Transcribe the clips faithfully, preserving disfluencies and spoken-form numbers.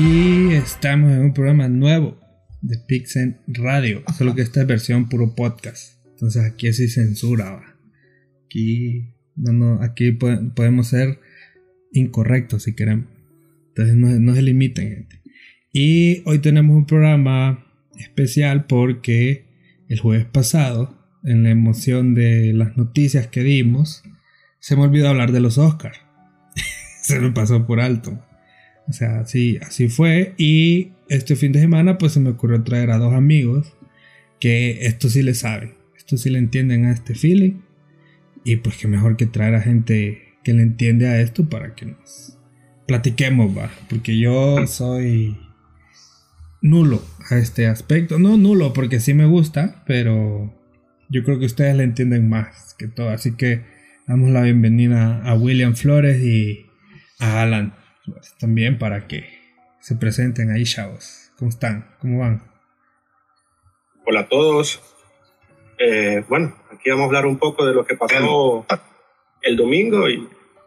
Y estamos en un programa nuevo de Pixel Radio, solo que esta es versión puro podcast. Entonces aquí es sin censura, ¿va? Aquí, no, no, aquí po- podemos ser incorrectos si queremos. Entonces no, no se limiten, gente. Y hoy tenemos un programa especial porque el jueves pasado, en la emoción de las noticias que dimos, se me olvidó hablar de los Oscars. Se me pasó por alto. O sea, así, así fue. Y este fin de semana pues se me ocurrió traer a dos amigos que esto sí le saben, esto sí le entienden a este feeling. Y pues que mejor que traer a gente que le entiende a esto para que nos platiquemos, va. Porque yo soy nulo a este aspecto. No nulo porque sí me gusta, pero yo creo que ustedes le entienden más que todo. Así que damos la bienvenida a William Flores y a Alan Flores también para que se presenten ahí, chavos. ¿Cómo están? ¿Cómo van? Hola a todos. Eh, bueno, aquí vamos a hablar un poco de lo que pasó el domingo y,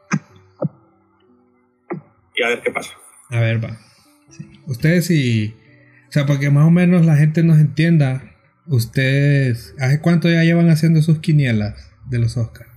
y a ver qué pasa. A ver, va. Sí. Ustedes y... O sea, para que más o menos la gente nos entienda, ustedes... ¿Hace cuánto ya llevan haciendo sus quinielas de los Oscars?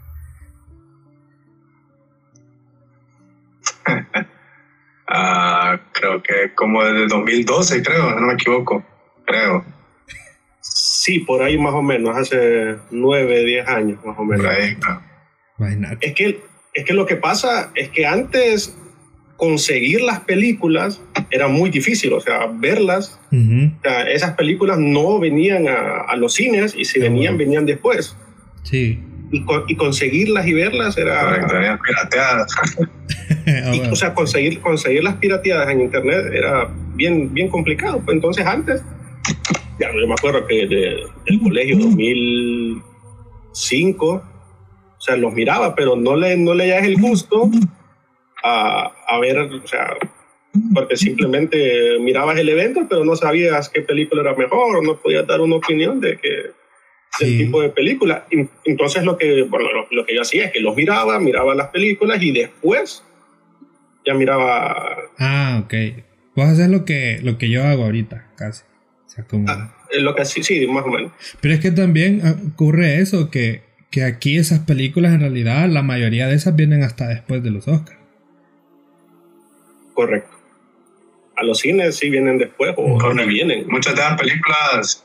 Uh, creo que como desde dos mil doce, creo, no me equivoco, creo. Sí, por ahí más o menos, hace nueve, diez años más o menos. Por ahí, claro. Es que, es que lo que pasa es que antes conseguir las películas era muy difícil, o sea, verlas, uh-huh. O sea, esas películas no venían a, a los cines y si oh, venían, bueno. venían después. Sí. Y, y conseguirlas y verlas era... Correcto, eran pirateadas. y, o sea, conseguir, conseguir las pirateadas en internet era bien, bien complicado. Pues entonces antes, ya yo me acuerdo que de, del colegio dos mil cinco, o sea, los miraba, pero no le, no le das el gusto a, a ver, o sea, porque simplemente mirabas el evento, pero no sabías qué película era mejor, o no podías dar una opinión de que del sí. tipo de película. Entonces lo que, bueno, lo, lo que yo hacía es que los miraba, miraba las películas y después ya miraba... Ah, ok. Vos haces lo que, lo que yo hago ahorita, casi. O sea, como... Ah, lo que sí, sí, más o menos. Pero es que también ocurre eso, que, que aquí esas películas en realidad, la mayoría de esas vienen hasta después de los Oscars. Correcto. A los cines sí vienen después o no vienen. Muchas de las películas...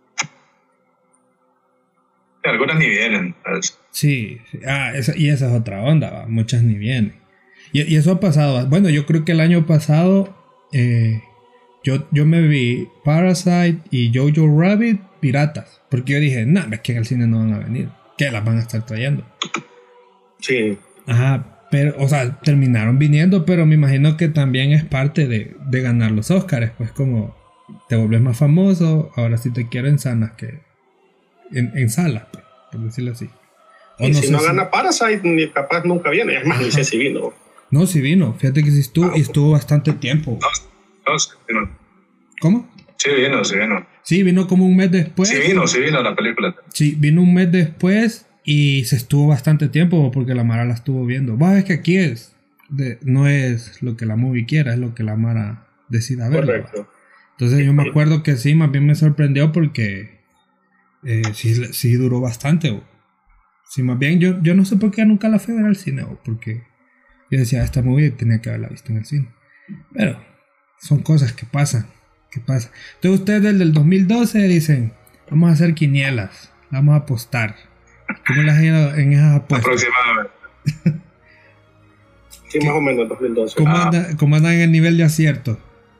Algunas ni vienen, ¿sabes? Sí, sí. Ah, esa, y esa es otra onda, ¿va? Muchas ni vienen. Y, y eso ha pasado. Bueno, yo creo que el año pasado eh, yo, yo me vi Parasite y Jojo Rabbit piratas. Porque yo dije, nah, es que en el cine no van a venir. ¿Qué las van a estar trayendo? Sí. Ajá, pero, o sea, terminaron viniendo, pero me imagino que también es parte de, de ganar los Oscars. Pues como te vuelves más famoso, ahora sí te quiero en sanas que... En, en sala, por decirlo así. O y no si no si... gana Parasite, ni capaz nunca viene. Es más, ni sé si vino. No, sí vino. Fíjate que sí estuvo, ah, y estuvo bastante tiempo. No, no, sí vino. ¿Cómo? Sí vino, sí vino. Sí, vino como un mes después. Sí vino, sí vino la película. Sí, vino un mes después y se estuvo bastante tiempo porque la Mara la estuvo viendo. Vos ves que aquí es, de, no es lo que la movie quiera, es lo que la Mara decida ver. Correcto. Entonces yo me acuerdo que sí, más bien me sorprendió porque... Eh, sí, sí duró bastante. Oh. Sí, más bien yo, yo no sé por qué nunca la fui a ver al cine, oh, porque yo decía, esta movie tenía que haberla visto en el cine. Pero son cosas que pasan, que pasan. Entonces ustedes desde el dos mil doce dicen, vamos a hacer quinielas, vamos a apostar. ¿Cómo les ha ido en esas apuestas? Aproximadamente. Sí, más o menos dos mil doce. ¿Cómo, ah. anda, ¿Cómo andan en el nivel de acierto?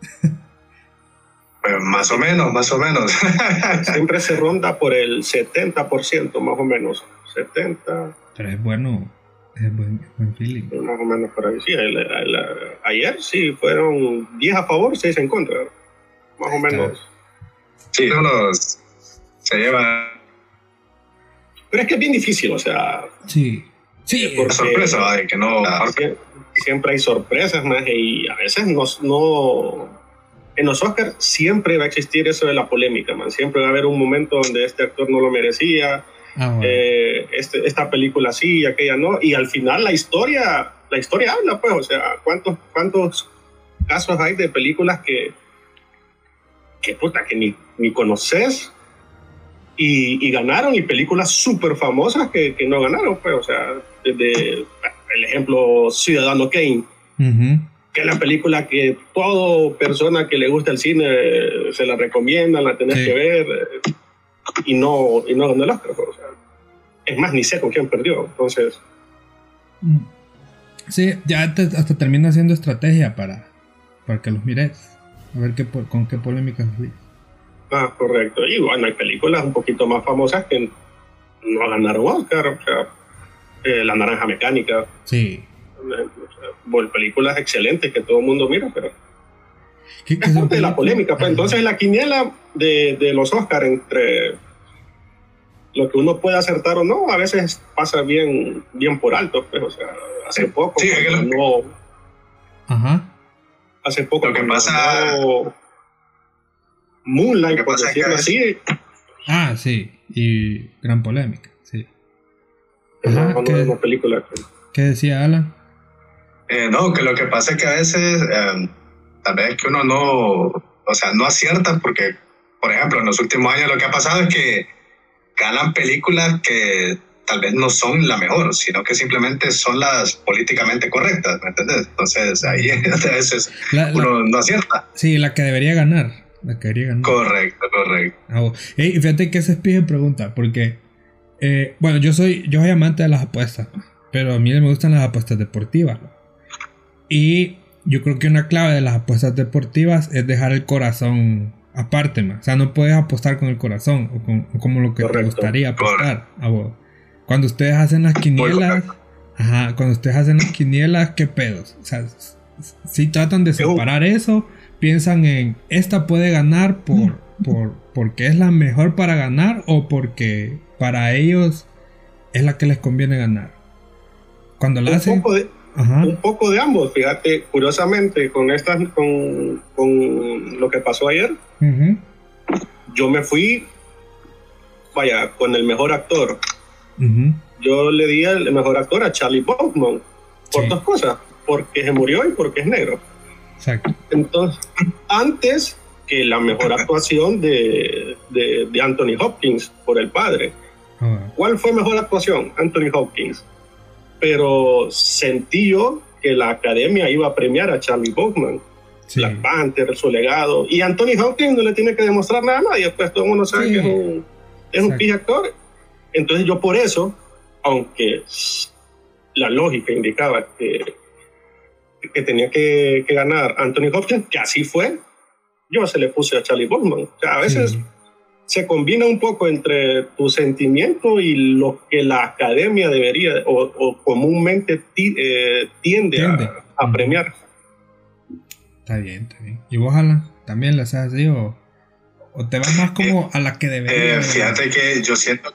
Pues más o menos, más o menos. Siempre se ronda por el setenta por ciento más o menos. setenta. Pero es bueno, es buen, buen feeling. Más o menos por ahí. Sí, el, el, el, ayer sí fueron diez a favor, seis en contra. Más o menos. Sí, todos se llevan. Pero es que es bien difícil, o sea. Sí. Sí, por sorpresa, ¿va? De que no. Siempre, siempre hay sorpresas, más y a veces no. no En los Oscars siempre va a existir eso de la polémica, man. Siempre va a haber un momento donde este actor no lo merecía, ah, bueno. eh, este, esta película sí y aquella no, y al final la historia, la historia habla, pues, o sea, cuántos, cuántos casos hay de películas que, que puta, que ni, ni conoces y, y ganaron, y películas súper famosas que, que no ganaron, pues, o sea, desde el ejemplo Ciudadano Kane, uh-huh. que es la película que toda persona que le gusta el cine se la recomienda, la tenés sí. que ver, y no, y no ganó el Oscar, pues, o sea, es más, ni sé con quién perdió, entonces... Sí, ya te, hasta termina haciendo estrategia para, para que los mires, a ver qué, con qué polémicas nos dices. Ah, correcto. Y bueno, hay películas un poquito más famosas que no ganaron Oscar, o sea, eh, La Naranja Mecánica. Sí. O sea, bueno, películas excelentes que todo el mundo mira, pero ¿Qué, qué es parte de la polémica. Pues. Entonces la quiniela de, de los Oscar entre lo que uno puede acertar o no, a veces pasa bien, bien por alto, pues, o sea, hace poco sí, no, Ajá. hace poco lo que pasa no, Moonlight, por decirlo así. Ah, sí, y gran polémica, sí. Ajá, no, no, ¿qué, una película. ¿Qué decía Alan? Eh, no, que lo que pasa es que a veces, eh, tal vez que uno no, o sea, no acierta porque, por ejemplo, en los últimos años lo que ha pasado es que ganan películas que tal vez no son la mejor, sino que simplemente son las políticamente correctas, ¿me entiendes? Entonces ahí a veces la, la, uno no acierta. Sí, la que debería ganar. La que debería ganar. Correcto, correcto. Ah, bueno. Hey, fíjate que ese es pije pregunta, porque, eh, bueno, yo soy, yo soy amante de las apuestas, pero a mí me gustan las apuestas deportivas. Y yo creo que una clave de las apuestas deportivas es dejar el corazón aparte, man. O sea, no puedes apostar con el corazón o, con, o como lo que correcto, te gustaría apostar. Ah, bueno. Cuando ustedes hacen las quinielas, ajá, cuando ustedes hacen las quinielas, ¿qué pedos? O sea, si tratan de separar eso, piensan en esta puede ganar por, por porque es la mejor para ganar o porque para ellos es la que les conviene ganar. Cuando la un hacen, poco de, un poco de ambos. Fíjate, curiosamente con estas, con, con lo que pasó ayer, uh-huh. yo me fui, vaya, con el mejor actor. Uh-huh. Yo le di el mejor actor a Charlie Kaufman por sí. dos cosas, porque se murió y porque es negro. Exacto. Entonces, antes que la mejor actuación de, de, de Anthony Hopkins por El Padre. Uh-huh. ¿Cuál fue mejor actuación? Anthony Hopkins. Pero sentí yo que la academia iba a premiar a Charlie Kaufman, sí. Black Panther, su legado, y Anthony Hopkins no le tiene que demostrar nada a nadie, pues todo el mundo sabe sí. que es un, es un pije actor. Entonces yo por eso, aunque la lógica indicaba que, que tenía que, que ganar Anthony Hopkins, que así fue, yo se le puse a Charlie Kaufman. O sea, a veces sí. se combina un poco entre tu sentimiento y lo que la academia debería o, o comúnmente ti, eh, tiende, tiende. A, a premiar. Está bien, está bien. ¿Y vos, Alan, también lo haces así o, o te vas más como a la que debería? Eh, fíjate que yo siento...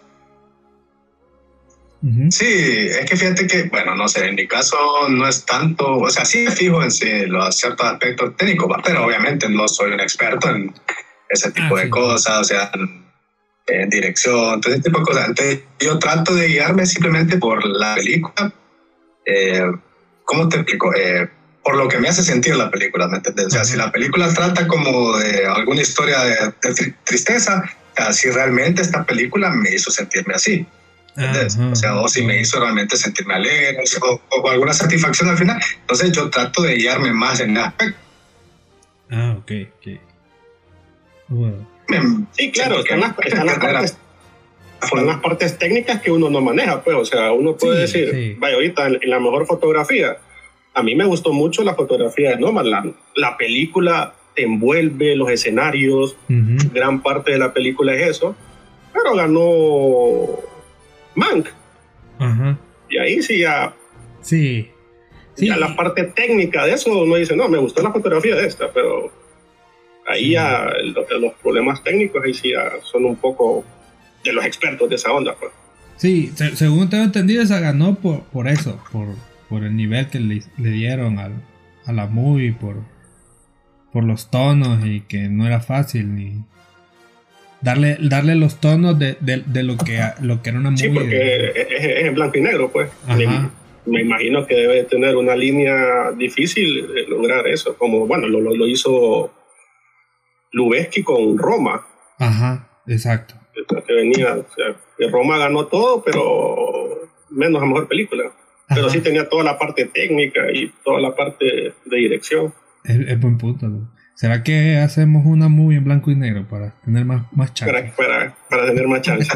Uh-huh. Sí, es que fíjate que, bueno, no sé, en mi caso no es tanto, o sea, sí me fijo en sí, los ciertos aspectos técnicos, pero obviamente no soy un experto en ese tipo ah, de sí. cosas, o sea, en, en dirección, todo ese tipo de cosas. Entonces yo trato de guiarme simplemente por la película, eh, ¿cómo te explico? Eh, por lo que me hace sentir la película, ¿me entiendes? O sea, uh-huh. si la película trata como de alguna historia de, de tristeza, así realmente esta película me hizo sentirme así. Uh-huh. O sea, o si me hizo realmente sentirme alegre o, o alguna satisfacción al final. Entonces yo trato de guiarme más en el aspecto. Ah, ok, ok. Bueno. Sí, claro, están las, están, las partes, están las partes técnicas que uno no maneja, pues, o sea, uno puede sí, decir, sí. vaya, ahorita en, en la mejor fotografía, a mí me gustó mucho la fotografía de Nomadland. La película te envuelve, los escenarios, uh-huh. gran parte de la película es eso, pero ganó Mank. Uh-huh. Y ahí sí ya... Sí. sí. Ya la parte técnica de eso uno dice, no, me gustó la fotografía de esta, pero ahí sí. ya los, los problemas técnicos ahí sí ya son un poco de los expertos de esa onda, pues. Sí, se, según tengo entendido, esa ganó por, por eso, por, por el nivel que le, le dieron al, a la movie, por, por los tonos y que no era fácil ni... Darle, darle los tonos de, de, de lo, que, lo que era una movie. Sí, porque de... es, es en blanco y negro, pues. Ni, me imagino que debe tener una línea difícil de lograr eso, como, bueno, lo, lo, lo hizo Lubezki con Roma. Ajá, exacto. Que venía, o sea, que Roma ganó todo, pero menos a mejor película. Ajá. Pero sí tenía toda la parte técnica y toda la parte de dirección. Es, es buen punto, ¿no? ¿Será que hacemos una movie en blanco y negro para tener más, más chance? Para, para, para tener más chance.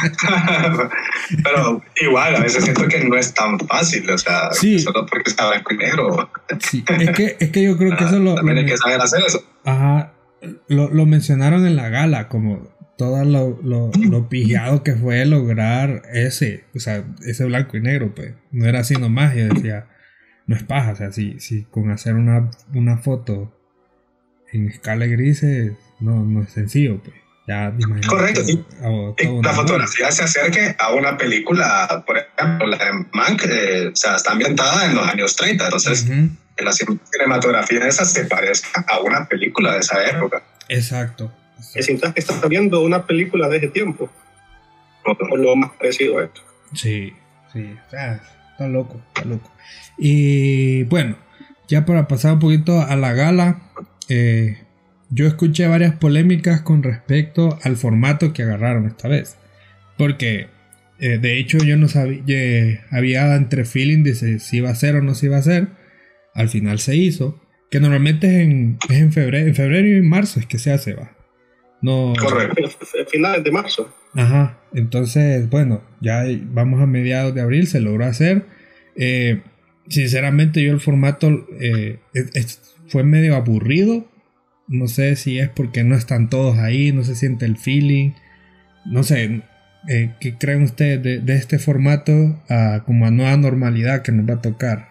Pero igual, a veces siento que no es tan fácil, o sea, sí. Solo porque está blanco y negro. Sí, es que, es que yo creo que eso lo... También lo hay que saber hacer eso. Ajá, lo, lo mencionaron en la gala, como todo lo, lo, lo pijado que fue lograr ese, o sea, ese blanco y negro, pues. No era así nomás, yo decía, no es paja, o sea, si, si con hacer una, una foto en escala grises no, no es sencillo, pues. Ya imagínate. Correcto. Y, y la fotografía se acerque a una película, por ejemplo, la de Mank, eh, o sea, está ambientada en los años treinta, entonces uh-huh. la cinematografía esa se parezca a una película de esa época. Exacto. Que sientas que estás viendo una película de ese tiempo. O lo más parecido a esto. Sí, sí. Ah, está loco, está loco. Y bueno, ya para pasar un poquito a la gala, eh, yo escuché varias polémicas con respecto al formato que agarraron esta vez. Porque, eh, de hecho, yo no sabía, eh, había entre feeling de si iba a ser o no se iba a hacer. Al final se hizo. Que normalmente es en, es en febrero, en febrero y en marzo es que se hace, va. No, correcto, finales de marzo. Ajá, entonces, bueno, ya vamos a mediados de abril, se logró hacer. Eh, sinceramente, yo el formato eh, es, es, fue medio aburrido. No sé si es porque no están todos ahí, no se siente el feeling. No sé, eh, ¿qué creen ustedes de, de este formato a, como a nueva normalidad que nos va a tocar?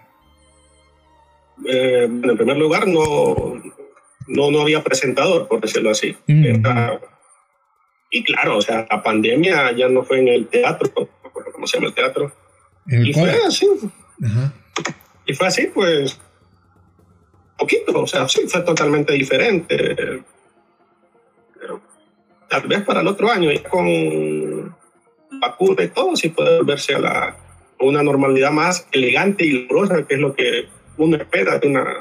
Eh, en primer lugar, no... No, no había presentador, por decirlo así. Mm. Era, y claro, o sea, la pandemia ya no fue en el teatro, ¿cómo se llama el teatro? ¿El y cual? fue así. Ajá. Y fue así, pues, poquito, o sea, sí, fue totalmente diferente. Pero tal vez para el otro año, ya con vacuna y todo, sí puede verse a la, una normalidad más elegante y logorosa, que es lo que uno espera de una...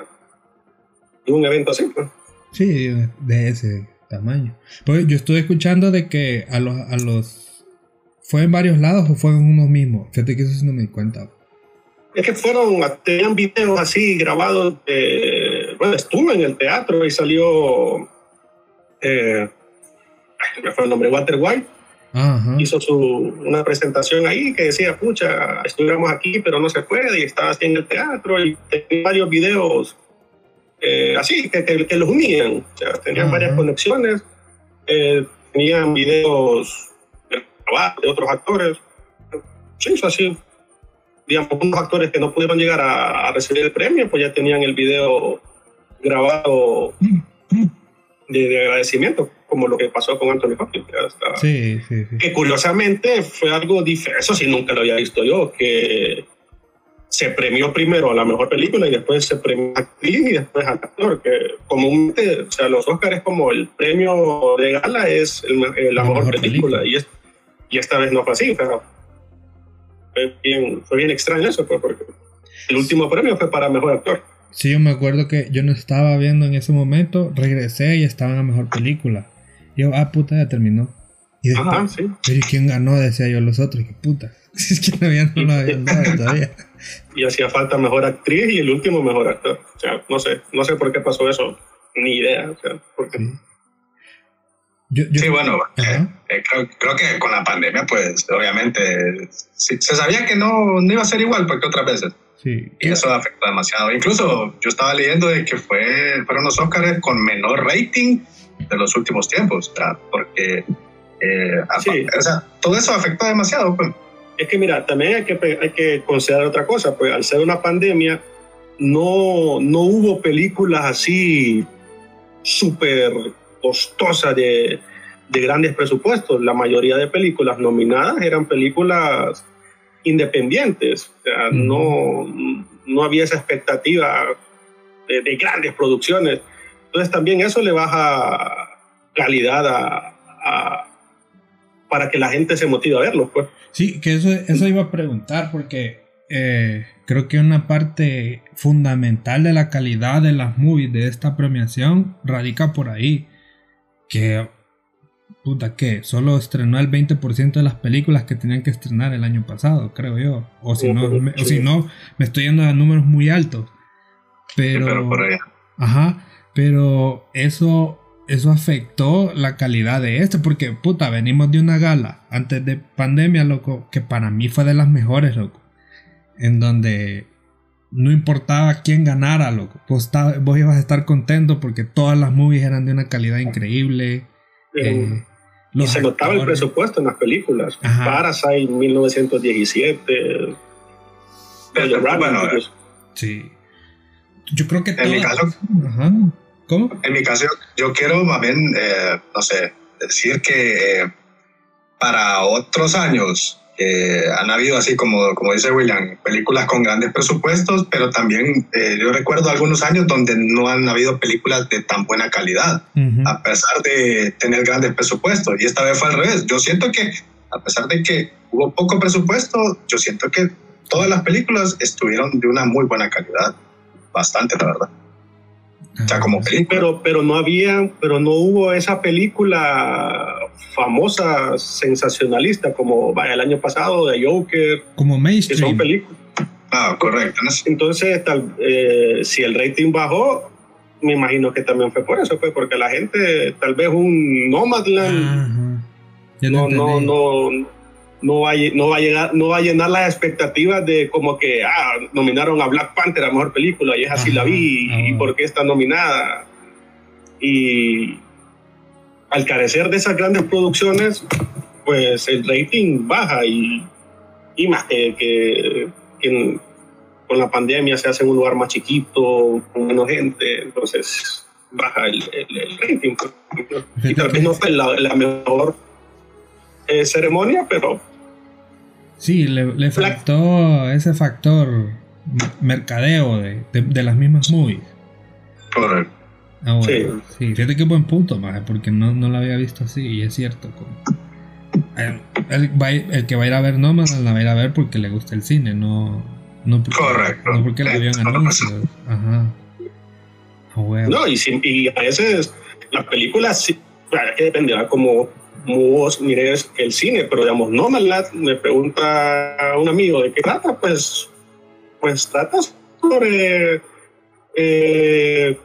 un evento así, pues. Sí, de ese tamaño. Pues yo estuve escuchando de que a los, a los ¿fue en varios lados o fue en uno mismo? Fíjate que eso sí no me di cuenta. Es que fueron, tenían videos así grabados. Eh, bueno, estuve en el teatro y salió, eh, me fue el nombre, Walter White. Ajá. Hizo su, una presentación ahí que decía, pucha, estuviéramos aquí, pero no se puede, y estaba así en el teatro, y tenía varios videos. Eh, así, que, que, que los unían, o sea, tenían uh-huh. varias conexiones, eh, tenían videos grabados de otros actores, sí, eso así, digamos, unos actores que no pudieron llegar a, a recibir el premio, pues ya tenían el video grabado de, de agradecimiento, como lo que pasó con Anthony Hopkins, hasta, sí, sí, sí. que curiosamente fue algo diferente, eso sí nunca lo había visto yo, que se premió primero a la mejor película y después se premió a actriz y después al actor, que comúnmente, o sea, los Oscars es como el premio de gala es el, el, la, la mejor, mejor película, película. Y, es, y esta vez no fue así, pero fue bien, fue bien extraño eso, pues, porque el último premio fue para mejor actor. Sí, yo me acuerdo que yo no estaba viendo en ese momento, regresé y estaba en la mejor película. Y yo, ah, puta, ya terminó. Y después, ajá, sí. Pero ¿y quién ganó? Decía yo los otros, qué puta. Es que no, habían, no lo habían dado todavía. Y hacía falta mejor actriz y el último mejor actor. O sea, no sé, no sé por qué pasó eso, ni idea. O sea, porque... Sí, yo, yo... sí bueno, eh, eh, creo, creo que con la pandemia, pues, obviamente, sí, se sabía que no, no iba a ser igual porque otras veces. Sí. Y eso afectó demasiado. Incluso yo estaba leyendo de que fue, fueron los Oscars con menor rating de los últimos tiempos, o sea, porque eh, sí. o sea, todo eso afectó demasiado, pues. Es que mira, también hay que, hay que considerar otra cosa, pues al ser una pandemia no, no hubo películas así súper costosas de, de grandes presupuestos. La mayoría de películas nominadas eran películas independientes, o sea, mm. no, no había esa expectativa de, de grandes producciones. Entonces también eso le baja calidad a, a para que la gente se motive a verlo, pues. Sí, que eso, eso iba a preguntar, porque eh, creo que una parte fundamental de la calidad de las movies de esta premiación radica por ahí. Que, puta, que solo estrenó el veinte por ciento de las películas que tenían que estrenar el año pasado, creo yo. O si no, me, o si no, me estoy yendo a números muy altos. Pero, pero por allá. Ajá, pero eso, eso afectó la calidad de esto, porque, puta, venimos de una gala antes de pandemia, loco, que para mí fue de las mejores, loco. En donde no importaba quién ganara, loco. Vos, está, vos ibas a estar contento porque todas las movies eran de una calidad increíble. Eh, y se notaba el presupuesto en las películas. Ajá. Parasite, mil novecientos diecisiete. Pero, bueno, sí. Yo creo que en todas... mi caso, Ajá. ¿Cómo? En mi caso, yo quiero más bien, eh, no sé, decir que eh, para otros años eh, han habido, así como, como dice William, películas con grandes presupuestos, pero también eh, yo recuerdo algunos años donde no han habido películas de tan buena calidad, uh-huh. a pesar de tener grandes presupuestos. Y esta vez fue al revés. Yo siento que, a pesar de que hubo poco presupuesto, yo siento que todas las películas estuvieron de una muy buena calidad. Bastante, la verdad. O sea, como película. Sí, pero, pero no había, pero no hubo esa película famosa, sensacionalista, como vaya, el año pasado, de Joker. Como mainstream. Que son películas. Ah, correcto. Entonces, tal, eh, si el rating bajó, me imagino que también fue por eso, pues, porque la gente, tal vez un Nomadland, no, no, no, no va, a, no va a llegar, no va a llenar las expectativas de como que, ah, nominaron a Black Panther a mejor película, y es así, ajá, la vi, ajá. y por qué está nominada. Y al carecer de esas grandes producciones, pues el rating baja, y, y más que, que, que con la pandemia se hace en un lugar más chiquito, con menos gente, entonces baja el, el, el rating. Y tal vez no fue la, la mejor eh, ceremonia, pero sí, le, le faltó ese factor mercadeo de, de, de las mismas movies. Correcto. Ah, bueno. Sí. Sí, fíjate qué buen punto, maje, porque no, no lo había visto así, y es cierto. Como, el, el, va, el que va a ir a ver Nomadland la va a ir a ver porque le gusta el cine, no, no porque, correcto. No porque le habían anuncios. Ajá. Ah, bueno. No, y, si, y a veces las películas, sí, claro, que dependerá como vos mires el cine, pero digamos, Nomadland, me pregunta un amigo de qué trata, pues, pues trata sobre eh,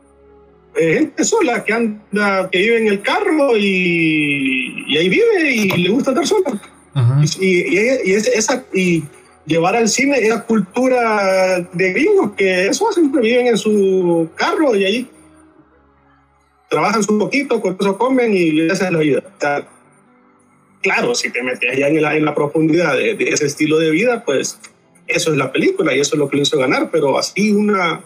gente sola que anda, que vive en el carro y, y ahí vive y le gusta estar sola. Ajá. Y, y, y, es, esa, y llevar al cine esa cultura de gringos que eso siempre viven en su carro y ahí trabajan un poquito, con eso comen y esa es la vida. O sea, claro, si te metes ya en la, en la profundidad de, de ese estilo de vida, pues eso es la película y eso es lo que lo hizo ganar, pero así una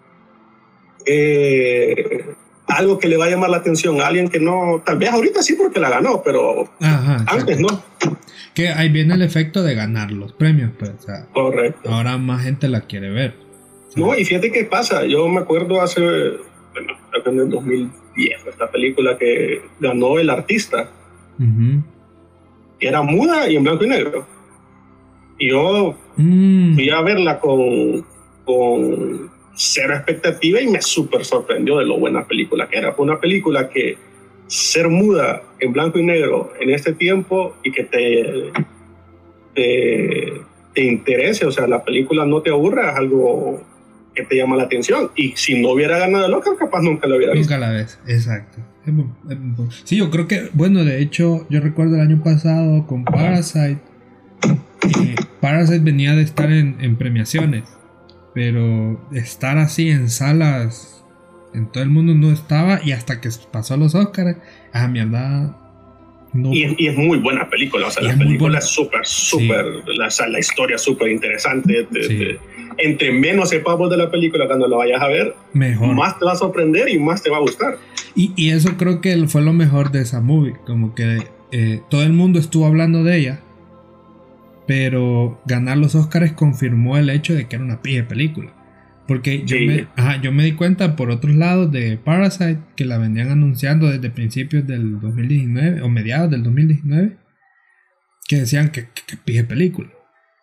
eh, algo que le va a llamar la atención a alguien que no, tal vez ahorita sí porque la ganó, pero ajá, antes no. Que ahí viene el efecto de ganar los premios, pues, o sea, correcto. Ahora más gente la quiere ver. ¿Sí? No, y fíjate qué pasa, yo me acuerdo hace, bueno, en el dos mil diez, esta película que ganó El Artista, uh-huh. que era muda y en blanco y negro. Y yo mm. fui a verla con, con cero expectativa y me súper sorprendió de lo buena película que era. Fue una película que ser muda en blanco y negro en este tiempo y que te, te, te interese, o sea, la película no te aburra, es algo que te llama la atención. Y si no hubiera ganado el Oscar, capaz nunca la hubiera visto. Nunca la ves, exacto. Sí, yo creo que, bueno, de hecho, yo recuerdo el año pasado con Parasite. Eh, Parasite venía de estar en, en premiaciones, pero estar así en salas en todo el mundo no estaba, y hasta que pasó a los Oscars, ah, mierda. No. Y, es, y es muy buena película, o sea, y la película es súper, súper, sí. la, la historia es súper interesante. De, sí. de, entre menos sepamos de la película cuando lo vayas a ver, mejor. Más te va a sorprender y más te va a gustar. Y, y eso creo que fue lo mejor de esa movie, como que eh, todo el mundo estuvo hablando de ella, pero ganar los Oscars confirmó el hecho de que era una pija de película. Porque yo, sí. me, ajá, yo me di cuenta por otros lados de Parasite que la venían anunciando desde principios del dos mil diecinueve o mediados del dos mil diecinueve, que decían que, que, que pija de película.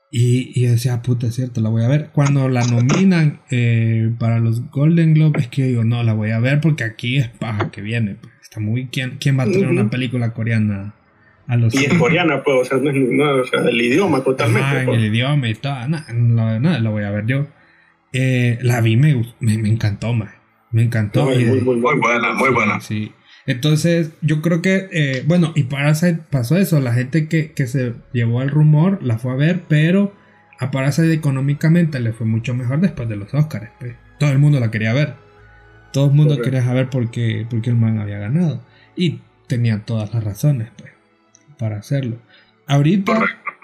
Y, y decía, puta, es cierto, la voy a ver. Cuando la nominan eh, para los Golden Globes, es que yo digo, no, la voy a ver porque aquí es paja que viene. Pues. Está muy... ¿Quién, quién va a traer uh-huh. una película coreana a los... Y es coreana, pues, o sea, no, no, o sea, el idioma totalmente. Ah, pues. el idioma y todo. Nada, no, no, la voy a ver yo. Eh, la vi, me, me, me encantó, man. Me encantó. Muy, muy, muy, muy buena, muy buena. Sí, sí. Entonces, yo creo que, eh, bueno, y Parasite pasó eso. La gente que, que se llevó el rumor la fue a ver, pero a Parasite económicamente le fue mucho mejor después de los Oscars. Pues. Todo el mundo la quería ver. Todo el mundo Correcto. quería saber por qué, por qué el man había ganado. Y tenía todas las razones, pues, para hacerlo. Ahorita,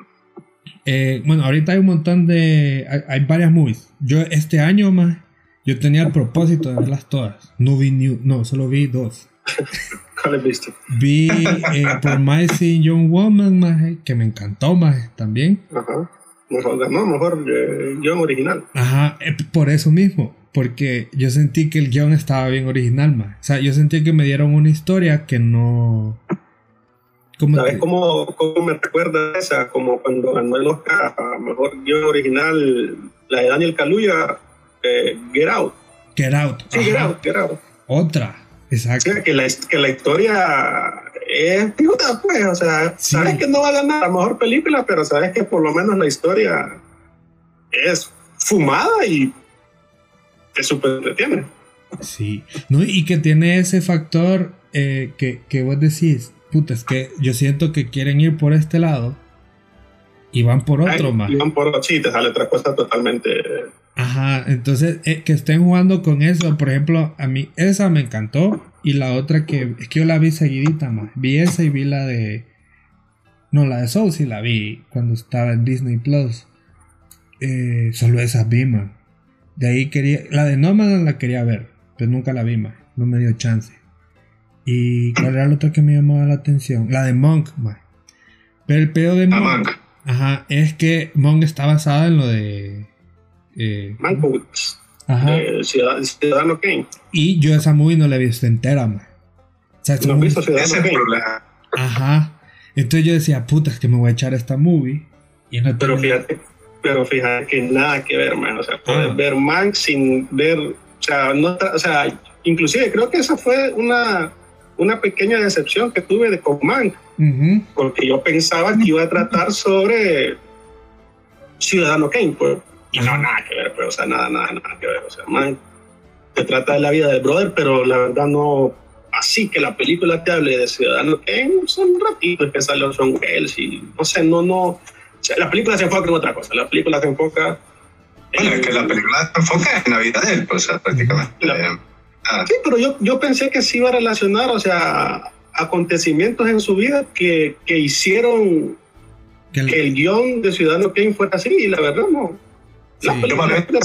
eh, bueno, ahorita hay un montón de, hay, hay varias movies. Yo este año más, yo tenía el propósito de verlas todas. No vi ni, no, solo vi dos. ¿Cuál viste? Vi eh, Promising Young Woman, maje, que me encantó, maje, también. Ajá. Mejor, no, mejor eh, guión original. Ajá, eh, por eso mismo. Porque yo sentí que el guión estaba bien original, maje. O sea, yo sentí que me dieron una historia que no... ¿Cómo ¿Sabes te... cómo, cómo me recuerda esa? Como cuando ganó el Oscar a mejor guión original, la de Daniel Kaluuya, eh, Get Out. Get Out. Sí, Get Out, Get Out. Otra. Exacto. O sea, que la, que la historia es pijuda, pues. O sea, sí. Sabes que no va a ganar la mejor película, pero sabes que por lo menos la historia es fumada y te súper entretiene. Sí. No, y que tiene ese factor eh, que, que vos decís, puta, es que yo siento que quieren ir por este lado y van por otro. Ay, más. Y van por otro, sí, te sale otra cosa totalmente... Ajá, entonces eh, que estén jugando con eso, por ejemplo, a mí esa me encantó y la otra que es que yo la vi seguidita más, vi esa y vi la de, no, la de Soul sí la vi cuando estaba en Disney Plus, eh, solo esas vi, man. De ahí quería, la de Nomads la quería ver, pero nunca la vi, man, no me dio chance. Y cuál era la otra que me llamaba la atención, la de Monk, man. Pero el pedo de Monk, ajá, es que Monk está basada en lo de Eh, Mankiewicz, eh, Ciudad, Ciudadano Kane. Y yo esa movie no la he visto entera, man. O sea, no he visto Ciudadano Kane. Ajá. Entonces yo decía, puta, es que me voy a echar esta movie. Y no pero fíjate, pero fíjate que nada que ver, man. O sea, puedes ah. ver Mank sin ver, o sea, no, o sea, inclusive creo que esa fue una, una pequeña decepción que tuve de con Mank, uh-huh. porque yo pensaba que iba a tratar sobre Ciudadano Kane, pues. Y no, nada que ver, pero, o sea, nada, nada, nada que ver. O sea, man, se trata de la vida del brother, pero la verdad no. Así que la película te hable de Ciudadano Kane, son ratitos que sale Orson Welles y no sé, no, no. O sea, la película se enfoca en otra cosa. La película se enfoca. Bueno, es que la película se enfoca en la vida de él, pues, o sea, prácticamente. La, ah. Sí, pero yo, yo pensé que se iba a relacionar, o sea, acontecimientos en su vida que, que hicieron que el, que el guión de Ciudadano Kane fuera así, y la verdad no. Sí. Yo,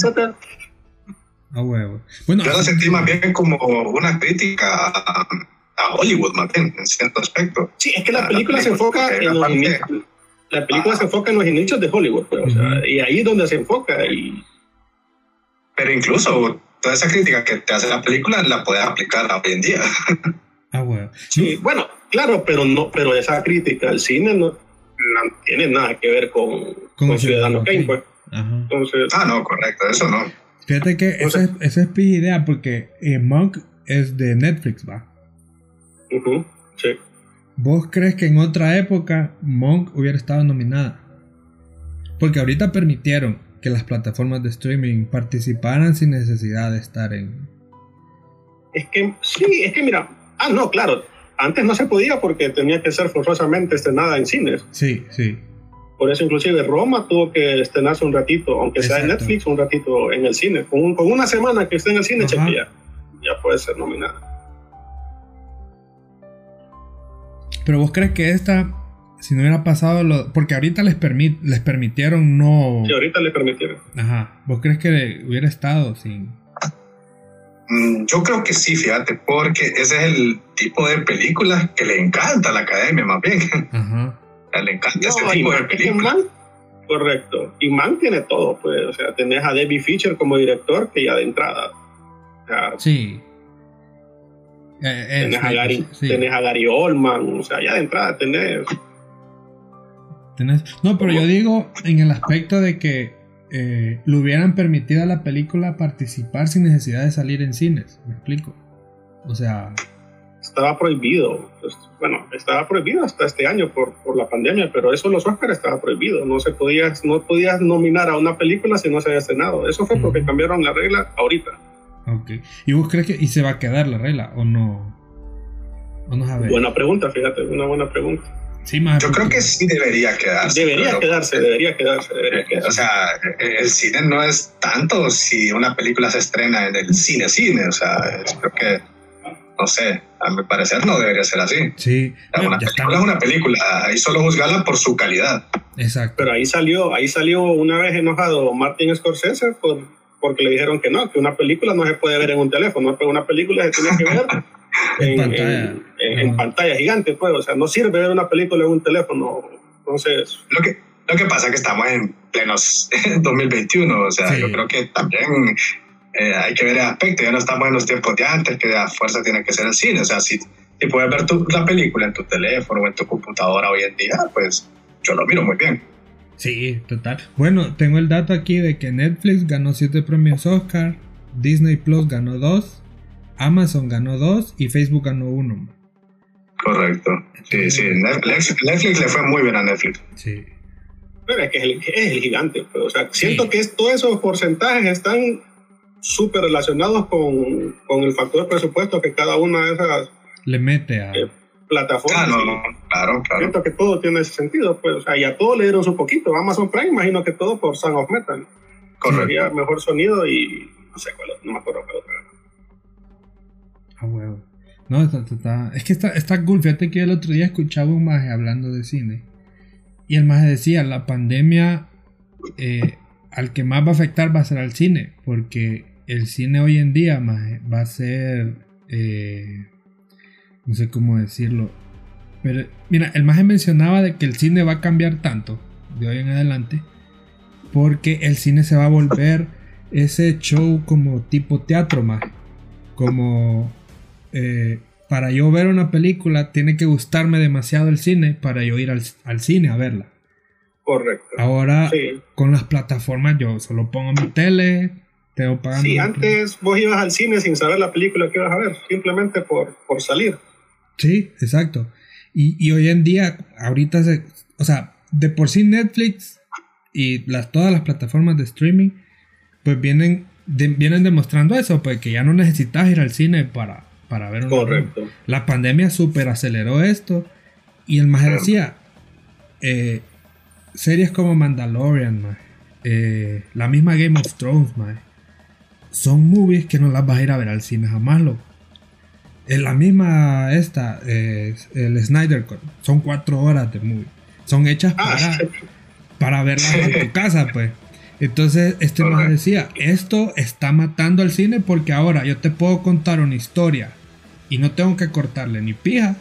ah, huevo. Bueno, yo lo sentí más bien como una crítica a, a Hollywood, más bien, en cierto aspecto. Sí, es que la película, la película se enfoca en los inicios. La película ah. se enfoca en los inicios de Hollywood, pues, uh-huh. o sea, y ahí es donde se enfoca. Y... Pero incluso toda esa crítica que te hace la película la puedes aplicar hoy en día. Ah, huevo. Sí, bueno, claro, pero no, pero esa crítica al cine no, no tiene nada que ver con, con Ciudadano Kane, pues. Ajá. Entonces, ah, no, correcto, eso no. Fíjate que esa es, esa es mi idea porque eh, Monk es de Netflix, ¿va? Uh-huh, sí. ¿Vos crees que en otra época Monk hubiera estado nominada? Porque ahorita permitieron que las plataformas de streaming participaran sin necesidad de estar en... Es que, sí, es que mira, ah, no, claro, antes no se podía porque tenía que ser forzosamente estrenada en cines. Sí, sí. Por eso inclusive Roma tuvo que estrenarse un ratito, aunque Exacto. sea en Netflix, un ratito en el cine. Con, un, con una semana que esté en el cine, chequea, ya puede ser nominada. Pero vos crees que esta, si no hubiera pasado, lo, porque ahorita les, permit, les permitieron no... Sí, ahorita les permitieron. Ajá. ¿Vos crees que hubiera estado sin...? Mm, yo creo que sí, fíjate, porque ese es el tipo de películas que le encanta a la academia, más bien. Ajá. Le encanta no, ese tipo de películas. Man, correcto. Y Man tiene todo, pues. O sea, tenés a David Fincher como director, que ya de entrada. O sea, sí. Eh, eh, tenés, sí, a Gary, sí. tenés a Gary Oldman. O sea, ya de entrada tenés. ¿Tenés? No, pero yo digo en el aspecto de que eh, le hubieran permitido a la película participar sin necesidad de salir en cines. ¿Me explico? O sea... Estaba prohibido. Pues, bueno, estaba prohibido hasta este año por, por la pandemia, pero eso en los Oscars estaba prohibido. No se podía, no podías nominar a una película si no se había estrenado. Eso fue porque uh-huh. cambiaron la regla ahorita. Ok. ¿Y vos crees que y se va a quedar la regla o no? Vamos a ver. Buena pregunta, fíjate, una buena pregunta. Sí, más yo creo que sí debería quedarse. Debería quedarse, debería quedarse, debería quedarse. O sea, el cine no es tanto si una película se estrena en el cine, cine. O sea, creo que, no sé, a mi parecer no debería ser así. Sí. O sea, una película es una película, ahí solo juzgarla por su calidad. Exacto. Pero ahí salió, ahí salió una vez enojado Martin Scorsese por, porque le dijeron que no, que una película no se puede ver en un teléfono, pero una película se tiene que ver en, en, pantalla. En, en, en pantalla gigante, pues, o sea, no sirve ver una película en un teléfono. Entonces, lo que lo que pasa es que estamos en plenos dos mil veintiuno, o sea, sí. Yo creo que también eh, hay que ver el aspecto. Ya no estamos en los tiempos de antes, que a fuerza tiene que ser el cine. O sea, si, si puedes ver tu, la película en tu teléfono o en tu computadora hoy en día, pues yo lo miro muy bien. Sí, total. Bueno, tengo el dato aquí de que Netflix ganó siete premios Oscar, Disney Plus ganó dos, Amazon ganó dos y Facebook ganó uno. Correcto. Sí, sí. Netflix, Netflix le fue muy bien a Netflix. Sí. Pero es que es el, es el gigante. Pues. O sea, siento sí. que es, todos esos porcentajes están súper relacionados con, con el factor de presupuesto que cada una de esas le mete a eh, plataformas. Ah, no, no, claro, claro. Siento que todo tiene ese sentido. Pues. O sea, y a todo le dieron su poquito. Amazon Prime, imagino que todo por Sound of Metal. Correcto. Sería mejor sonido y no sé cuál, no me acuerdo cuál otra. Ah, huevo. No, está, está, es que está, está cool. Fíjate que el otro día escuchaba un maje hablando de cine. Y el maje decía, la pandemia eh, al que más va a afectar va a ser al cine. Porque el cine hoy en día, maje, va a ser... Eh, no sé cómo decirlo. Pero mira, el maje mencionaba de que el cine va a cambiar tanto de hoy en adelante. Porque el cine se va a volver ese show como tipo teatro, maje. Como... Eh, para yo ver una película tiene que gustarme demasiado el cine para yo ir al, al cine a verla. Correcto. Ahora sí. Con las plataformas yo solo pongo mi tele, tengo pagando. Sí, antes vos ibas al cine sin saber la película que ibas a ver, simplemente por, por salir. Sí, exacto. Y, y hoy en día, ahorita se, o sea, de por sí Netflix y las, todas las plataformas de streaming pues vienen, de, vienen demostrando eso, pues que ya no necesitas ir al cine para para ver una. Correcto. La pandemia super aceleró esto y el maje decía eh, series como Mandalorian, maje, eh, la misma Game of Thrones, maje, son movies que no las vas a ir a ver al cine jamás, loco. Es la misma esta eh, el Snyder Cut, son cuatro horas de movie, son hechas para, ah, sí. para verlas en tu casa, pues. Entonces este maje decía, esto está matando al cine porque ahora yo te puedo contar una historia y no tengo que cortarle ni pija.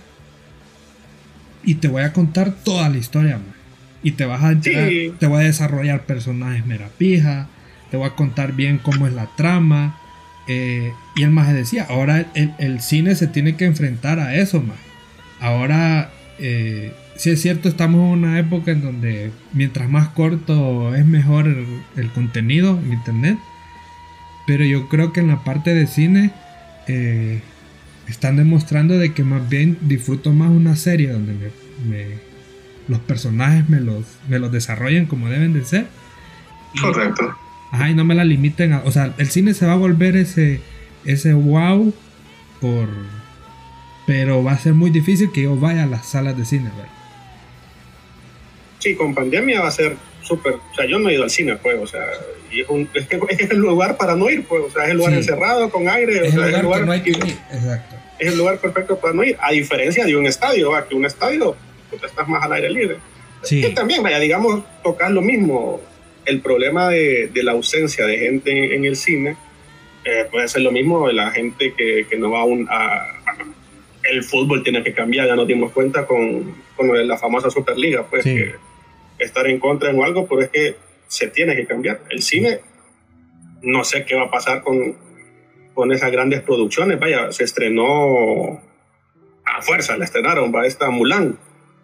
Y te voy a contar toda la historia, man. Y te vas a enterar, sí. te voy a desarrollar personajes mera pija. Te voy a contar bien cómo es la trama. Eh, y el maje decía, ahora el, el cine se tiene que enfrentar a eso, man. Ahora, eh, sí es cierto, estamos en una época en donde mientras más corto es mejor el, el contenido en internet. Pero yo creo que en la parte de cine... Eh, están demostrando de que más bien disfruto más una serie donde me, me, los personajes me los, me los desarrollen como deben de ser. Correcto. Ajá, y no me la limiten a, o sea, el cine se va a volver ese, ese wow por, pero va a ser muy difícil que yo vaya a las salas de cine, ¿verdad? Sí, con pandemia va a ser súper, o sea, yo no he ido al cine, pues, o sea, y es, un, es, que, es que es el lugar para no ir, pues, o sea, es el lugar sí. encerrado, con aire, es o sea, el lugar, es el lugar que no hay que ir, exacto. Es el lugar perfecto para no ir, a diferencia de un estadio, ¿va? Que un estadio, pues, estás más al aire libre. Sí. Y también, vaya, digamos, tocar lo mismo, el problema de, de la ausencia de gente en, en el cine, eh, puede ser lo mismo de la gente que, que no va a un... A, a, el fútbol tiene que cambiar, ya nos dimos cuenta con, con la famosa Superliga, pues, sí. que estar en contra en algo, pero es que se tiene que cambiar. El cine, no sé qué va a pasar con, con esas grandes producciones. Vaya, se estrenó a fuerza, la estrenaron, va esta Mulan.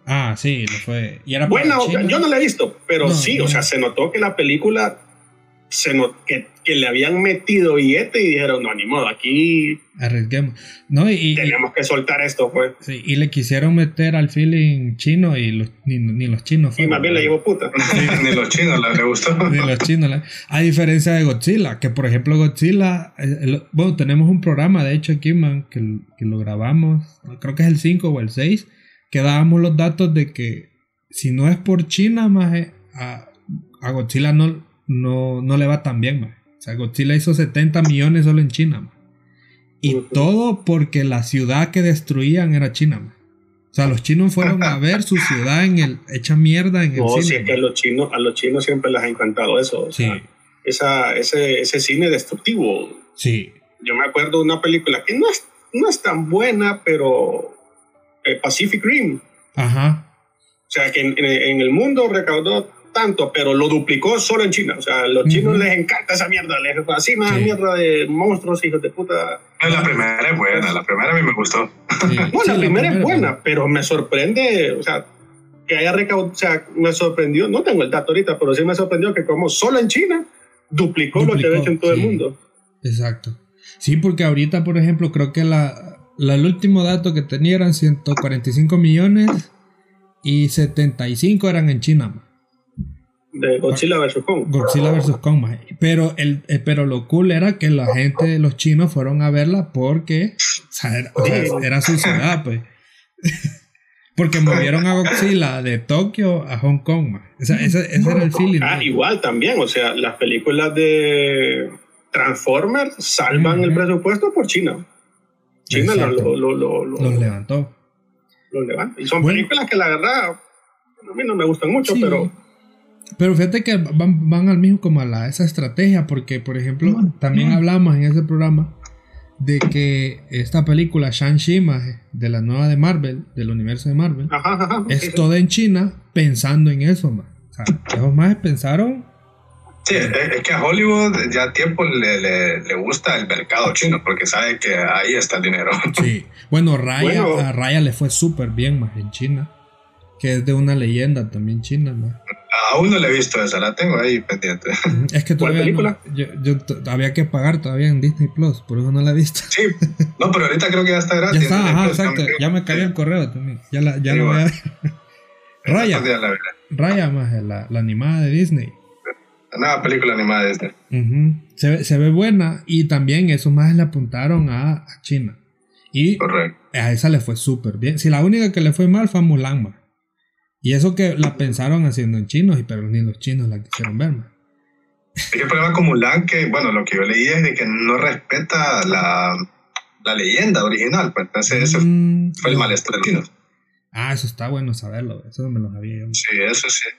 Ah, sí, lo fue. Y era bueno, yo no la he visto, pero no, sí, no. O sea, se notó que la película se notó que, que le habían metido billete y dijeron, no, ni modo, aquí arriesguemos. No, y, tenemos y, que soltar esto, pues. Sí, y le quisieron meter al feeling chino y los, ni, ni los chinos fueron. Y más bien le llevó puta. Sí, ni los chinos le gustó. Ni los chinos. Le, a diferencia de Godzilla, que por ejemplo Godzilla, el, bueno, tenemos un programa, de hecho aquí, man, que, que lo grabamos, creo que es el cinco o el seis, que dábamos los datos de que si no es por China, más a, a Godzilla no, no, no le va tan bien, man. O sea, Godzilla hizo setenta millones solo en China, man. Y uh-huh. todo porque la ciudad que destruían era China, man. O sea, los chinos fueron a ver su ciudad en el hecha mierda en el no, cine. No, sí, es que a los chinos, a los chinos siempre les ha encantado eso. O sí. sea, esa, ese, ese cine destructivo. Sí. Yo me acuerdo de una película que no es, no es tan buena, pero eh, Pacific Rim. Ajá. O sea, que en, en, en el mundo recaudó tanto, pero lo duplicó solo en China. O sea, a los uh-huh. chinos les encanta esa mierda, les fascina sí. mierda de monstruos, hijos de puta. La primera es buena, la primera a mí me gustó. Sí. No, sí, la, la primera es buena, es pero me sorprende, o sea, que haya recaudado, o sea, me sorprendió, no tengo el dato ahorita, pero sí me sorprendió que como solo en China duplicó, duplicó lo que había hecho en todo sí. el mundo. Exacto. Sí, porque ahorita, por ejemplo, creo que la, la, el último dato que tenía eran ciento cuarenta y cinco millones y setenta y cinco eran en China. De Godzilla versus Kong. Godzilla versus Kong, man. Pero, el, eh, pero lo cool era que la gente, los chinos, fueron a verla porque o sea, era, o sea, era su ciudad, pues. Porque movieron a Godzilla de Tokio a Hong Kong, man. O sea, ese, ese era el feeling. Ah, ¿no? Igual también, o sea, las películas de Transformers salvan uh-huh. el presupuesto por China. China lo, lo, lo, lo, lo, los levantó. Los levanta. Y son bueno. películas que la verdad a mí no me gustan mucho, sí. pero... Pero fíjate que van, van al mismo como a la, esa estrategia, porque por ejemplo, no, también no. hablamos en ese programa de que esta película Shang-Chi de la nueva de Marvel, del universo de Marvel, ajá, ajá, es sí, toda sí. en China pensando en eso, man. O sea, esos más pensaron. Sí, es, es que a Hollywood ya a tiempo le, le, le gusta el mercado chino, porque sabe que ahí está el dinero. Sí, bueno, Raya, bueno. a Raya le fue súper bien más en China, que es de una leyenda también china, man. Aún no la he visto esa, la tengo ahí pendiente. Es que todavía película? No, yo, yo t- había que pagar todavía en Disney Plus, por eso no la he visto. Sí, no, pero ahorita creo que ya está gratis. Ya está, ajá, exacto. Ya me cayó el correo también. Ya la, ya sí, la voy a ver. Raya. Raya más, la, la animada de Disney. La nueva película animada de Disney. Uh-huh. Se, se ve buena y también esos más le apuntaron a, a China. Y correcto. A esa le fue súper bien. Si la única que le fue mal fue a Mulan, man. Y eso que la pensaron haciendo en chinos, pero ni los chinos la quisieron ver, man. El problema con Mulan, que bueno, lo que yo leí es de que no respeta la, la leyenda original, pues entonces ese mm, fue el malestar de chinos. Ah, eso está bueno saberlo, eso no me lo sabía yo. Sí, eso sí.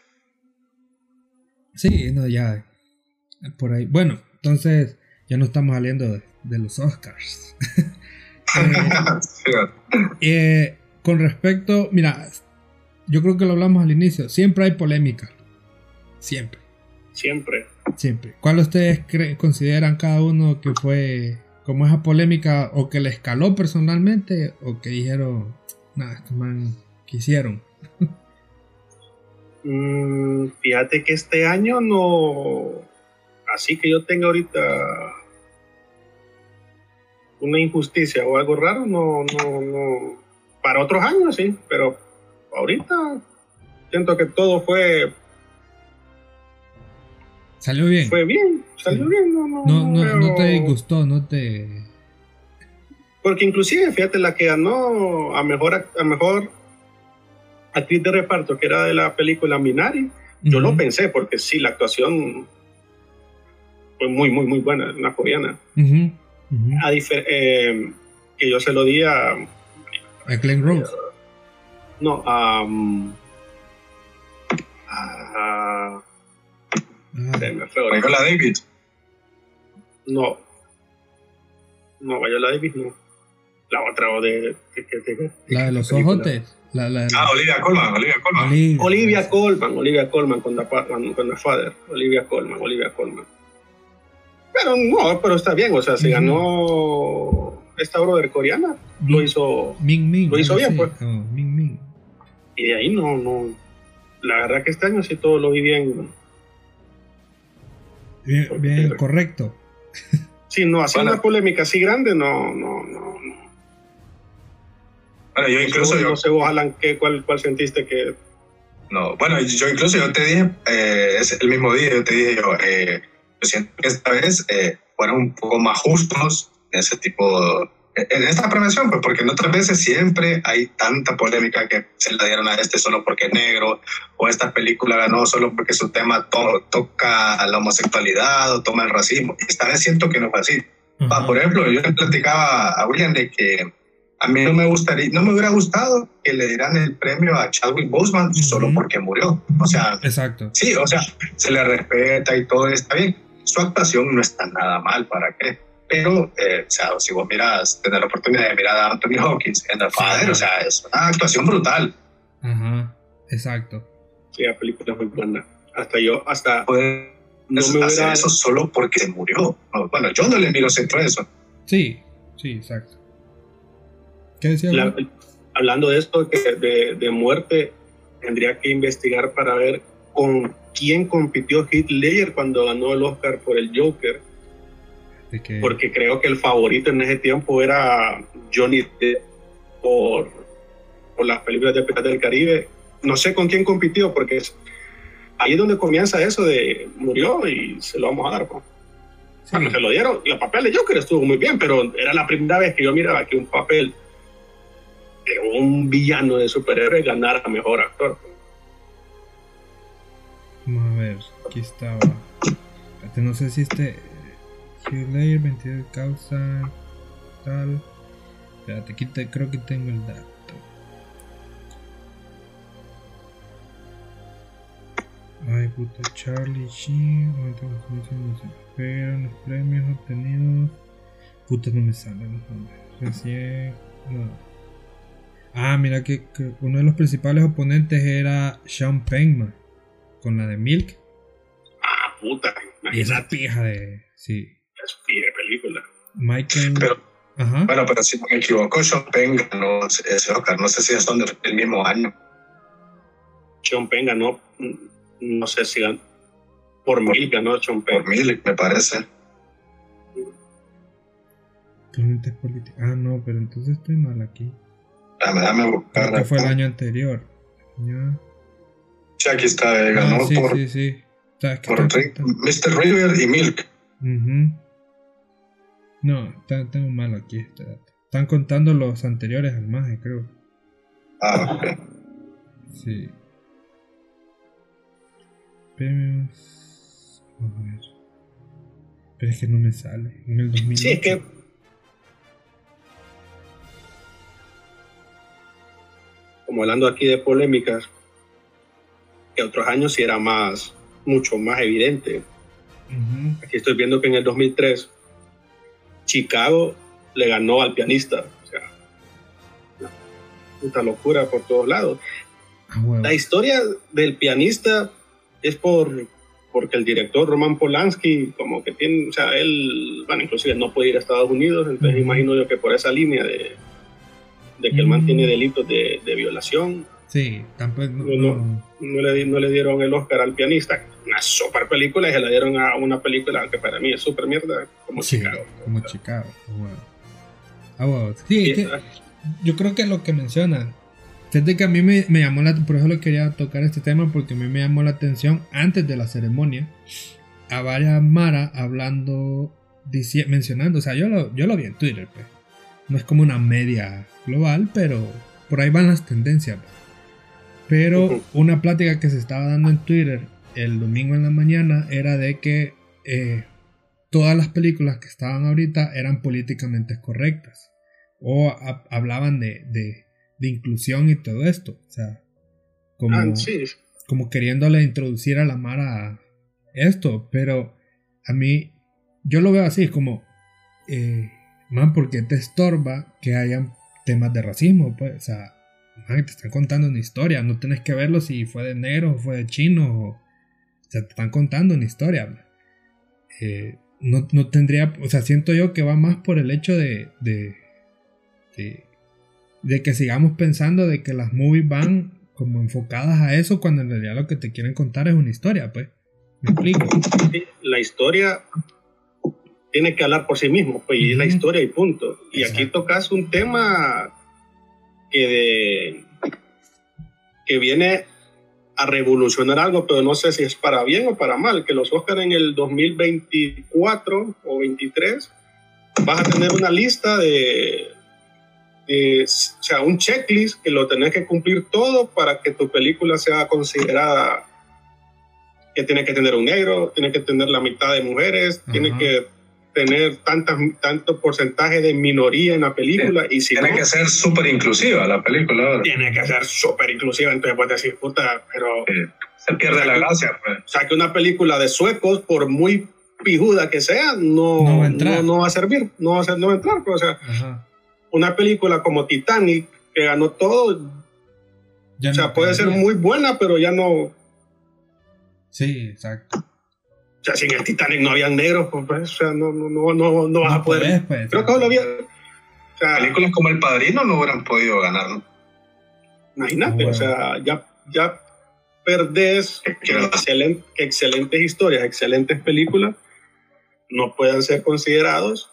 Sí, no, ya, por ahí. Bueno, entonces ya no estamos saliendo de, de los Oscars. eh, sí. eh, con respecto, mira... Yo creo que lo hablamos al inicio. Siempre hay polémica. Siempre. Siempre. Siempre. ¿Cuál ustedes creen, consideran cada uno que fue como esa polémica o que le escaló personalmente o que dijeron, nada, estos man quisieron? mm, fíjate que este año no... Así que yo tenga ahorita una injusticia o algo raro, no, no, no. Para otros años sí, pero... Ahorita siento que todo fue salió bien fue bien salió sí. bien no no no, no, pero... no te gustó no te porque inclusive fíjate la que ganó a mejor a mejor actriz de reparto que era de la película Minari uh-huh. yo lo pensé porque sí la actuación fue muy muy muy buena, una coreana uh-huh. Uh-huh. A difer- eh, que yo se lo di a a Glenn Rose. No, um, uh, Viola Davis. No, no, Viola Davis no. La otra o de, de, de, de la de los ojotes. La, la, la, ah, Olivia Colman, Olivia Colman. Olivia, Olivia Colman, Olivia Colman con la, con, con la Father. Olivia Colman, Olivia Colman. Pero no, pero está bien, o sea, se uh-huh. ganó esta brother coreana, Ming, lo hizo, Ming, Ming, lo hizo bien, sí. pues. Oh, Ming, Ming. y de ahí no, no, la verdad que este año sí todo lo vi bien. Bien, bien correcto. Sí, no, así bueno, una polémica así grande, no, no, no. no. Bueno, yo incluso... No, yo, no sé vos, Alan, ¿qué, cuál, ¿cuál sentiste que...? No, bueno, yo incluso yo te dije, eh, es el mismo día, yo te dije, yo, eh, yo siento que esta vez eh, fueron un poco más justos en ese tipo, en esta premiación, pues porque en otras veces siempre hay tanta polémica que se la dieron a este solo porque es negro, o esta película ganó solo porque su tema to- toca la homosexualidad o toma el racismo. Y esta vez siento que no fue así. Uh-huh. Ah, por ejemplo, yo le platicaba a William de que a mí no me gustaría, no me hubiera gustado que le dieran el premio a Chadwick Boseman uh-huh. solo porque murió. O sea, exacto. Sí, o sea, se le respeta y todo está bien. Su actuación no está nada mal, ¿para qué? Pero, eh, o sea, si vos miras, tenés la oportunidad de mirar a Anthony Hopkins en The Father, sí, o sea, es una actuación brutal. Ajá, exacto. Sí, la película es muy buena. Hasta yo, hasta... Pues, no me hacer hubiera... eso solo porque se murió. No, bueno, yo no le miro centro a eso. Sí, sí, exacto. ¿Qué decía? La, hablando de esto, de, de, de muerte, tendría que investigar para ver con quién compitió Heath Ledger cuando ganó el Oscar por el Joker. ¿De qué? Porque creo que el favorito en ese tiempo era Johnny Depp por, por las películas de Piratas del Caribe. No sé con quién compitió, porque es, ahí es donde comienza eso de murió y se lo vamos a dar. ¿No? Sí. Bueno, se lo dieron. Y el papel de Joker estuvo muy bien, pero era la primera vez que yo miraba que un papel de un villano de superhéroe ganara mejor actor. Vamos a ver, aquí estaba. No sé si este. Heath veintidós causa. Tal. Espérate, aquí te, creo que tengo el dato. Ay, puta, Charlie Sheen. Esperan los premios obtenidos. Puta, no me salen los nombres. Recién. No. Ah, mira que, que uno de los principales oponentes era Sean Penn con la de Milk. Ah, puta. Y esa pija de. Sí. Es pija de película. Michael. Pero, Ajá. Bueno, pero si no me equivoco, Sean Penn ganó ese Oscar. No sé si son del mismo año. Sean Penn ganó. No sé si ganó. Por Milk ganó Sean Penn. Por Milk, me parece. Ah, no, pero entonces estoy mal aquí. Dame, dame buscar. Creo que fue el año anterior. Ya. Sí, aquí está, eh, ganó ah, sí, por, sí, sí. O sea, por mister River y Milk. Uh-huh. No, tengo mal aquí este dato. Están contando los anteriores al maje, creo. Ah, ok. Sí. Premios. A ver. Pero es que no me sale. En el dos mil ocho. Sí, es que. Como hablando aquí de polémicas, que otros años sí era más, mucho más evidente. Uh-huh. Aquí estoy viendo que en el dos mil tres Chicago le ganó al Pianista. O sea, una puta locura por todos lados. Ah, bueno. La historia del Pianista es por porque el director Roman Polanski como que tiene, o sea, él, bueno, inclusive no puede ir a Estados Unidos, entonces uh-huh. imagino yo que por esa línea de de que uh-huh. el man tiene delitos de, de violación. Sí, tampoco no, no, no, no, le, no le dieron el Oscar al Pianista, una super película, y se la dieron a una película que para mí es super mierda, como sí, Chicago. Como o sea. Chicago, wow. Ah, wow. Sí, sí, es que yo creo que lo que mencionan, fíjate que a mí me, me llamó la, por eso lo quería tocar este tema, porque a mí me llamó la atención antes de la ceremonia, a varias maras hablando, dici- mencionando, o sea, yo lo, yo lo vi en Twitter, pues. No es como una media global, pero por ahí van las tendencias. Pero uh-huh. una plática que se estaba dando en Twitter el domingo en la mañana era de que eh, todas las películas que estaban ahorita eran políticamente correctas. O a, hablaban de, de, de inclusión y todo esto. O sea, como, ah, sí. como queriéndole introducir a la Mara esto. Pero a mí, yo lo veo así, como... Eh, man, porque te estorba que hayan temas de racismo, pues, o sea, man, te están contando una historia, no tienes que verlo si fue de negro o fue de chino, o, o sea, te están contando una historia. Eh, no, no tendría, o sea, siento yo que va más por el hecho de, de, de, de que sigamos pensando de que las movies van como enfocadas a eso, cuando en realidad lo que te quieren contar es una historia, pues. ¿Me explico? Sí, la historia tiene que hablar por sí mismo, pues, y es la historia y punto. Y Exacto. Aquí tocas un tema que, de, que viene a revolucionar algo, pero no sé si es para bien o para mal, que los Oscars en el dos mil veinticuatro o veintitrés vas a tener una lista de, de, o sea, un checklist que lo tenés que cumplir todo para que tu película sea considerada, que tiene que tener un negro, tiene que tener la mitad de mujeres, Ajá. tiene que tener tantas, tanto porcentaje de minoría en la película. Sí. Y si tiene no, que ser súper inclusiva la película. ¿Verdad? Tiene que ser súper inclusiva, entonces puedes decir, puta, pero... Sí. Se pierde la gracia. Pues. O sea, que una película de suecos, por muy pijuda que sea, no, no, va, no, no va a servir, no va a, ser, no va a entrar. Pues, o sea, Ajá. una película como Titanic, que ganó todo, ya o sea, no puede ser muy buena, pero ya no... Sí, exacto. O sea, si en el Titanic no habían negros, pues, o sea, no, no, no, no, no vas no a poder. Puedes, pues, Creo que no había. O sea, películas como El Padrino no hubieran podido ganar, ¿no? Imagínate, bueno. o sea, ya, ya perdés que, excelente, que excelentes historias, excelentes películas no puedan ser considerados.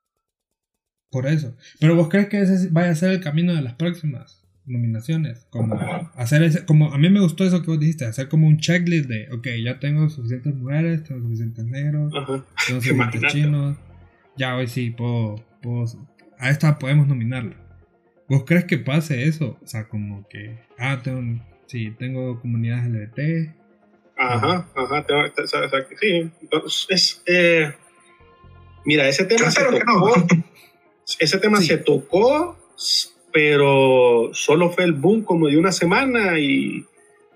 Por eso. Pero ¿vos crees que ese vaya a ser el camino de las próximas nominaciones? Como hacer ese, como a mí me gustó eso que vos dijiste, hacer como un checklist de, ok, ya tengo suficientes mujeres, tengo suficientes negros, Ajá. tengo suficientes chinos, ya hoy sí puedo, puedo, a esta podemos nominarla. ¿Vos crees que pase eso? O sea, como que, ah, tengo, sí, tengo comunidades L G B T. Ajá, uh, ajá, tengo, o sea, sí, entonces, es, eh, mira, ese tema se tocó, no. ese tema sí. se tocó, pero solo fue el boom como de una semana y,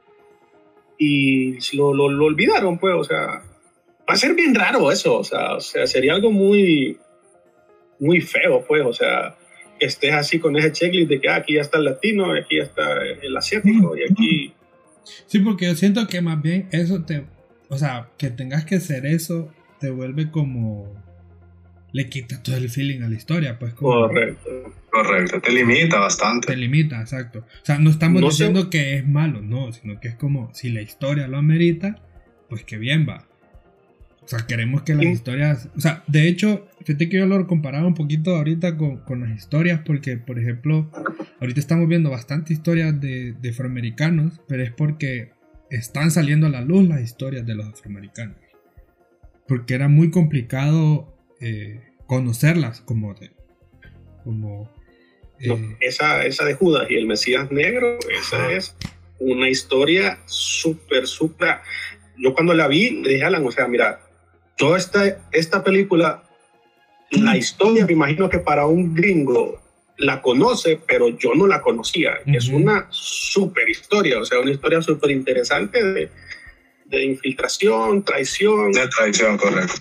y lo, lo, lo olvidaron, pues, o sea, va a ser bien raro eso, o sea, o sea, sería algo muy, muy feo, pues, o sea, que estés así con ese checklist de que ah, aquí ya está el latino, aquí ya está el asiático y aquí... Sí, porque yo siento que más bien eso te, o sea, que tengas que hacer eso te vuelve como... le quita todo el feeling a la historia, pues. Como, correcto, correcto, te limita bastante. Te limita, exacto. O sea, no estamos no diciendo sé. que es malo, no, sino que es como, si la historia lo amerita, pues que bien va. O sea, queremos que las sí. historias, o sea, de hecho, fíjate que yo lo comparaba un poquito ahorita con, con las historias, porque, por ejemplo, ahorita estamos viendo bastante historias de, de afroamericanos, pero es porque están saliendo a la luz las historias de los afroamericanos. Porque era muy complicado... Eh, conocerlas como de, como eh, no, esa, esa de Judas y el Mesías Negro, esa ah. es una historia súper súper, yo cuando la vi le dije a Alan, o sea, mira, toda esta, esta película, la historia me imagino que para un gringo la conoce, pero yo no la conocía. Uh-huh. Es una súper historia, o sea, una historia súper interesante de, de infiltración, traición. De traición, correcto.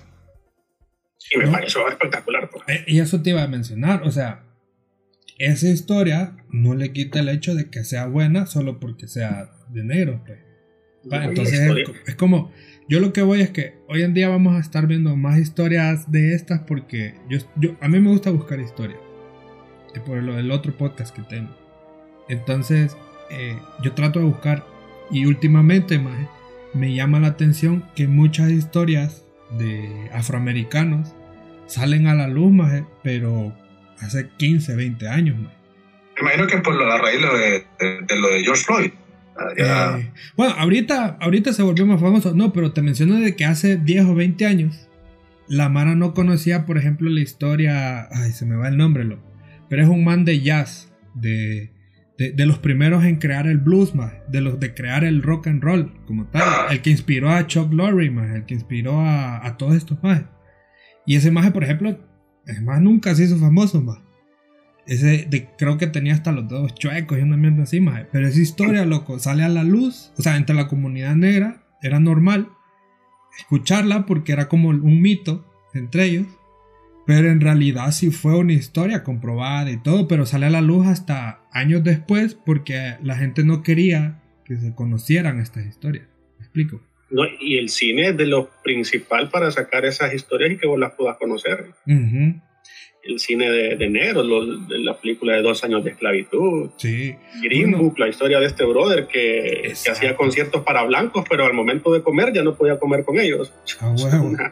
Y me ¿no? pareció espectacular. Pues. Y eso te iba a mencionar, o sea, esa historia no le quita el hecho de que sea buena solo porque sea de negro. Pues. No, entonces es, es como, yo lo que voy es que hoy en día vamos a estar viendo más historias de estas porque yo, yo a mí me gusta buscar historias. Por lo del otro podcast que tengo. Entonces, eh, yo trato de buscar y últimamente más me llama la atención que muchas historias de afroamericanos salen a la luz, maje, pero hace quince, veinte años, maje. Me imagino que por la raíz de, de, de lo de George Floyd. Ya. Eh, bueno, ahorita, ahorita se volvió más famoso, no, pero te menciono de que hace diez o veinte años la Mara no conocía, por ejemplo, la historia, ay, se me va el nombre, loco, pero es un man de jazz, de, de, de los primeros en crear el blues, maje, de los de crear el rock and roll como tal, el que inspiró a Chuck Lorre, maje, el que inspiró a, a todos estos majes. Y ese maje, por ejemplo, es más, nunca se hizo famoso, maje. Ese de, creo que tenía hasta los dedos chuecos y una mierda así, maje. Pero esa historia, loco, sale a la luz, o sea, entre la comunidad negra era normal escucharla porque era como un mito entre ellos. Pero en realidad sí fue una historia comprobada y todo, pero sale a la luz hasta años después porque la gente no quería que se conocieran estas historias. ¿Me explico? No, y el cine es de lo principal para sacar esas historias y que vos las puedas conocer. Uh-huh. el cine de, de negro, lo, de la película de Dos años de esclavitud. Sí. Green Book, bueno, la historia de este brother que, que hacía conciertos para blancos, pero al momento de comer ya no podía comer con ellos. Ah, bueno. Son, una,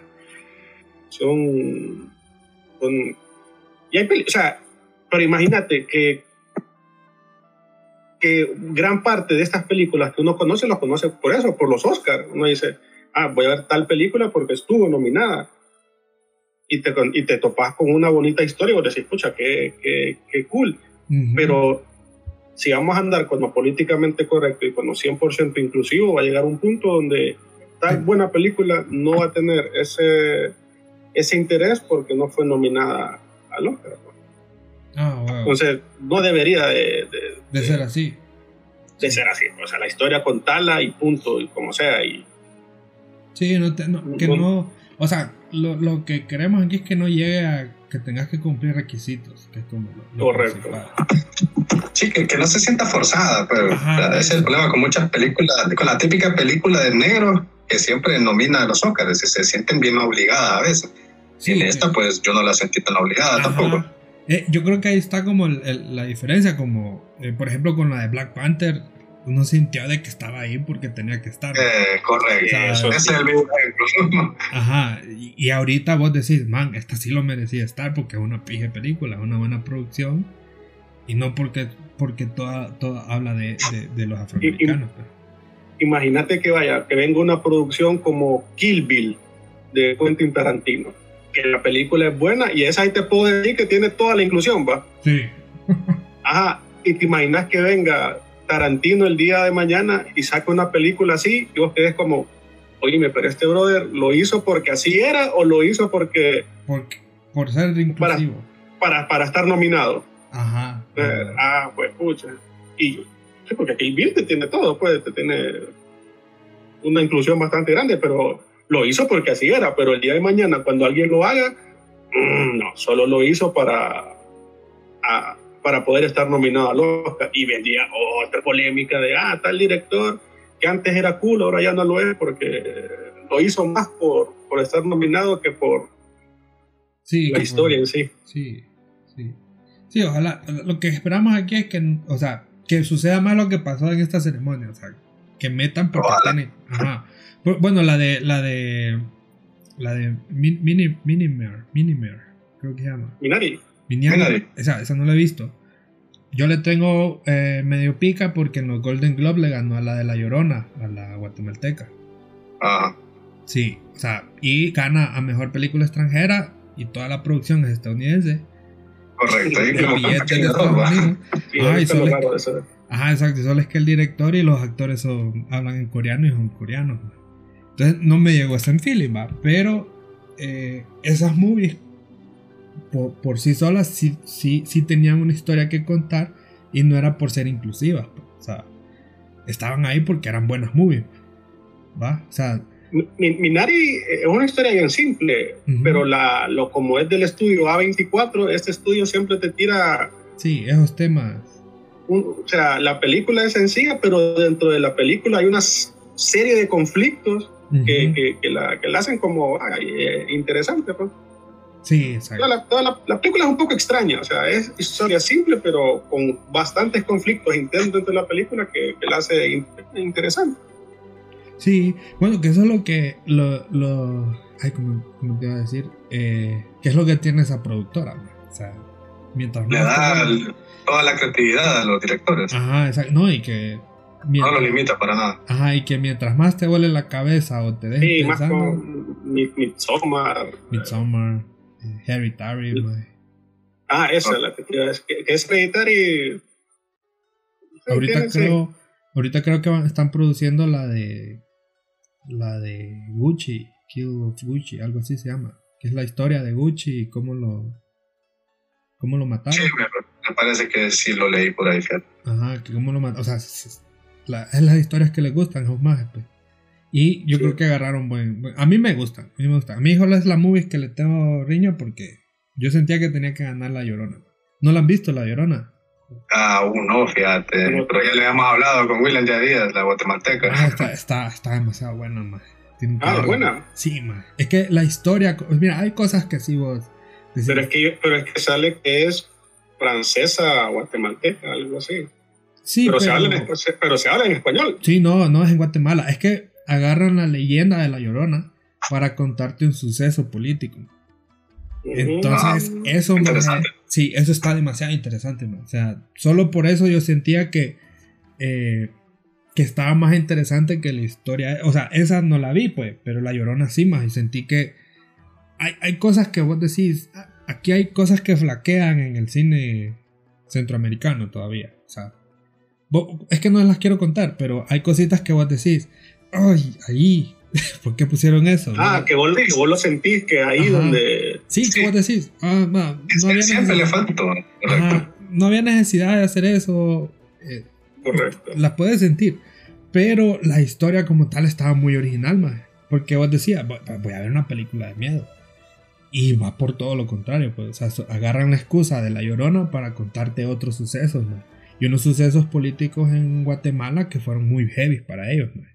son, son y hay, o sea, pero imagínate que que gran parte de estas películas que uno conoce, las conoce por eso, por los Oscars. Uno dice, ah, voy a ver tal película porque estuvo nominada. Y te, y te topas con una bonita historia y vos decís, pucha, qué, qué, qué cool. Uh-huh. Pero si vamos a andar con lo políticamente correcto y con lo cien por ciento inclusivo, va a llegar un punto donde tal buena película no va a tener ese, ese interés porque no fue nominada al Oscar. Ah, wow. Entonces, no debería de, de, de, de ser así. De ser así. O sea, la historia contala y punto, y como sea. Y... Sí, no, te, no que no, no. O sea, lo, lo que queremos aquí es que no llegue a que tengas que cumplir requisitos, que es como lo, lo correcto. Principal. Sí, que, que no se sienta forzada, pero ese es el problema con muchas películas, con la típica película de negro que siempre nomina a los Óscares y se sienten bien obligadas a veces. Sí, en esta, pues yo no la sentí tan obligada. Ajá. Tampoco. Eh, yo creo que ahí está como el, el, la diferencia, como eh, por ejemplo con la de Black Panther, uno sintió de que estaba ahí porque tenía que estar. Eh, correcto, o sea, eso es el mismo ejemplo. Ajá, y, y ahorita vos decís, man, esta sí lo merecía estar porque es una pije película, es una buena producción, y no porque, porque toda, toda habla de, de, de los afroamericanos. Imagínate que vaya, que venga una producción como Kill Bill de Quentin Tarantino, que la película es buena y esa ahí te puedo decir que tiene toda la inclusión, ¿va? Sí. Ajá, y te imaginas que venga Tarantino el día de mañana y saca una película así y vos quedés como, oye, pero este brother lo hizo porque así era o lo hizo porque... Por, por ser inclusivo. Para, para, para estar nominado. Ajá. Eh, ah, pues, pucha. Y sí, porque aquí Bill te tiene todo, pues, te tiene una inclusión bastante grande, pero... Lo hizo porque así era, pero el día de mañana, cuando alguien lo haga, mmm, no, solo lo hizo para, a, para poder estar nominado al Oscar. Y vendría otra polémica de, ah, tal director que antes era cool, ahora ya no lo es, porque lo hizo más por, por estar nominado que por sí, la historia por, en sí. Sí, sí. Sí, ojalá. Lo que esperamos aquí es que, o sea, que suceda más lo que pasó en esta ceremonia, o sea, que metan porque tienen. Ajá. Bueno, la de la de la de Mini Minimer, Minimer, creo que se llama. Minari. Minari. Esa, esa no la he visto. Yo le tengo eh, medio pica porque en los Golden Globe le ganó a la de La Llorona, a la guatemalteca. Ajá. Sí, o sea, y gana a mejor película extranjera y toda la producción es estadounidense. Correcto. El billete de Estados Unidos. Sí, ah, y solo es que, ajá, exacto. Solo es que el director y los actores son, hablan en coreano y son coreanos. Entonces no me llegó ese feeling, ¿va? Pero eh, esas movies por, por sí solas sí, sí, sí tenían una historia que contar y no era por ser inclusivas, pues. O sea, estaban ahí porque eran buenas movies, ¿va? O sea, Minari es una historia bien simple, uh-huh. pero la, lo como es del estudio A veinticuatro, este estudio siempre te tira... Sí, esos temas. Un, o sea, la película es sencilla, pero dentro de la película hay una serie de conflictos uh-huh. que, que, que, la, que la hacen como ay, eh, interesante, pues. Sí, exacto. Toda, la, toda la, la película es un poco extraña, o sea, es historia simple, pero con bastantes conflictos internos dentro de la película que, que la hace in, interesante. Sí, bueno, que eso es lo que lo, lo ay, como, como te iba a decir, eh, que es lo que tiene esa productora, ¿no? O sea, mientras le da el, toda la creatividad a los directores. Ajá, exacto, no, y que mientras, no lo limita para nada. Ajá, y que mientras más te vuele la cabeza o te dejes sí, pensando, más con Midsommar, Midsommar, eh, Hereditary, sí. Ah, esa es la que es, que es Hereditary. Ahorita creo, ahorita creo que van, están produciendo la de la de Gucci, Kill of Gucci, algo así se llama, que es la historia de Gucci y cómo lo cómo lo mataron. Sí, me, me parece que sí lo leí por ahí, fíjate. Ajá, que cómo lo mataron, o sea, es, la, es las historias que les gustan a los más, pues. Y yo sí. creo que agarraron buen, buen, a mí me gustan, a mí me gustan. A mí, hijo, es la movie que le tengo riño porque yo sentía que tenía que ganar La Llorona. ¿No la han visto, La Llorona? Ah, uh, no, fíjate, pero ya le habíamos hablado con William ya Díaz, la guatemalteca. Ah, está, está, está demasiado buena, man. Ah, buena. Sí, man. Es que la historia, mira, hay cosas que sí vos Pero es, que, pero es que sale que es francesa, guatemalteca, algo así. Sí, pero, pero, se habla en, pero se habla en español. Sí, no, no es en Guatemala. Es que agarran la leyenda de La Llorona para contarte un suceso político. Entonces, ah, eso me, sí, eso está demasiado interesante, ¿no? O sea, solo por eso yo sentía que eh, que estaba más interesante que la historia. O sea, esa no la vi, pues, pero La Llorona sí más. Y sentí que hay, hay cosas que vos decís, aquí hay cosas que flaquean en el cine centroamericano todavía. O sea, vos, es que no las quiero contar, pero hay cositas que vos decís, ay, ahí, ¿por qué pusieron eso? Ah, ¿no? que, vos, que vos lo sentís, que ahí Ajá. donde... Sí, sí, que vos decís, ah, ma, no había siempre le faltó. Ajá, no había necesidad de hacer eso. Eh, Correcto. La puedes sentir, pero la historia como tal estaba muy original, man, porque vos decías, voy a ver una película de miedo. Y va por todo lo contrario, pues, o sea, agarran la excusa de La Llorona para contarte otros sucesos, man. Y unos sucesos políticos en Guatemala que fueron muy heavy para ellos, man.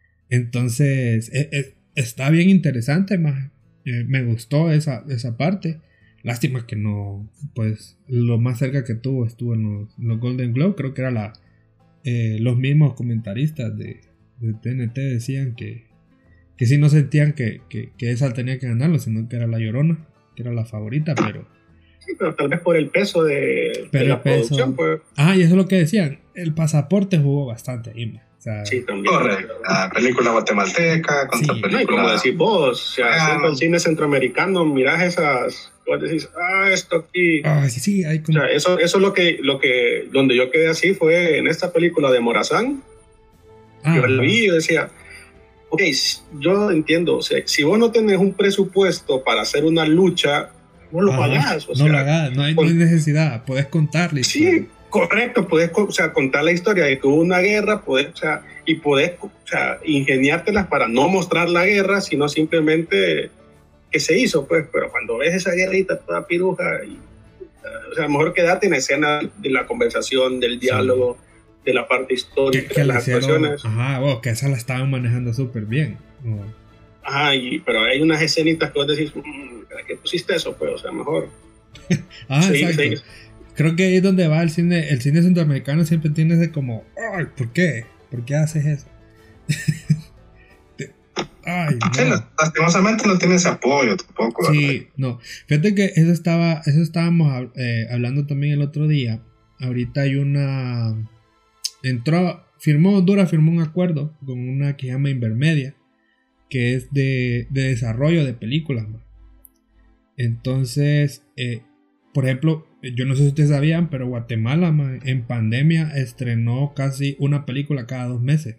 Entonces, es, es, está bien interesante, man. Eh, me gustó esa, esa parte. Lástima que no, pues, lo más cerca que tuvo estuvo en los, en los Golden Globe. Creo que era la, eh, los mismos comentaristas de, de T N T decían que que sí no sentían que, que, que esa tenía que ganarlo, sino que era La Llorona, que era la favorita, pero... Sí, pero tal vez por el peso de, de la peso, producción, pues... Ah, y eso es lo que decían, el pasaporte jugó bastante ahí, o sea, sí, también. Correcto, la película guatemalteca contra sí. película... No, y como decís vos, o sea, ah, siendo el cine centroamericano, mirás esas... Vos decís, ah, esto aquí... Ah, sí, sí, hay como... O sea, eso, eso es lo que, lo que... Donde yo quedé así fue en esta película de Morazán. Ah, yo la vi y decía... Ok, yo entiendo, o sea, si vos no tenés un presupuesto para hacer una lucha, no lo pagás. O no sea, lo hagas, no hay, con, no hay necesidad, podés contarle. Sí, correcto, podés o sea, contar la historia de que hubo una guerra, podés, o sea, y podés o sea, ingeniártelas para no mostrar la guerra, sino simplemente que se hizo, pues, pero cuando ves esa guerrita toda piruja, y, o sea, mejor quedarte en la escena de la conversación, del diálogo. Sí. De la parte histórica, que, que de las hicieron, actuaciones. Ajá, bueno, que esa la estaban manejando súper bien. Oh. Ajá, y, pero hay unas escenitas que vos decís, mmm, ¿para qué pusiste eso? Pues, o sea, mejor. ah, sí, exacto. Sí. Creo que ahí es donde va el cine, el cine centroamericano siempre tiene ese como, ay, ¿por qué? ¿Por qué haces eso? Ay, no. Sí, lastimosamente no tienes apoyo tampoco. Sí, ¿verdad? no. Fíjate que eso estaba, eso estábamos eh, hablando también el otro día. Ahorita hay una... Entró, firmó Honduras, firmó un acuerdo con una que se llama Invermedia, que es de, de desarrollo de películas, ¿no? Entonces, eh, por ejemplo, yo no sé si ustedes sabían, pero Guatemala, man, en pandemia estrenó casi una película cada dos meses.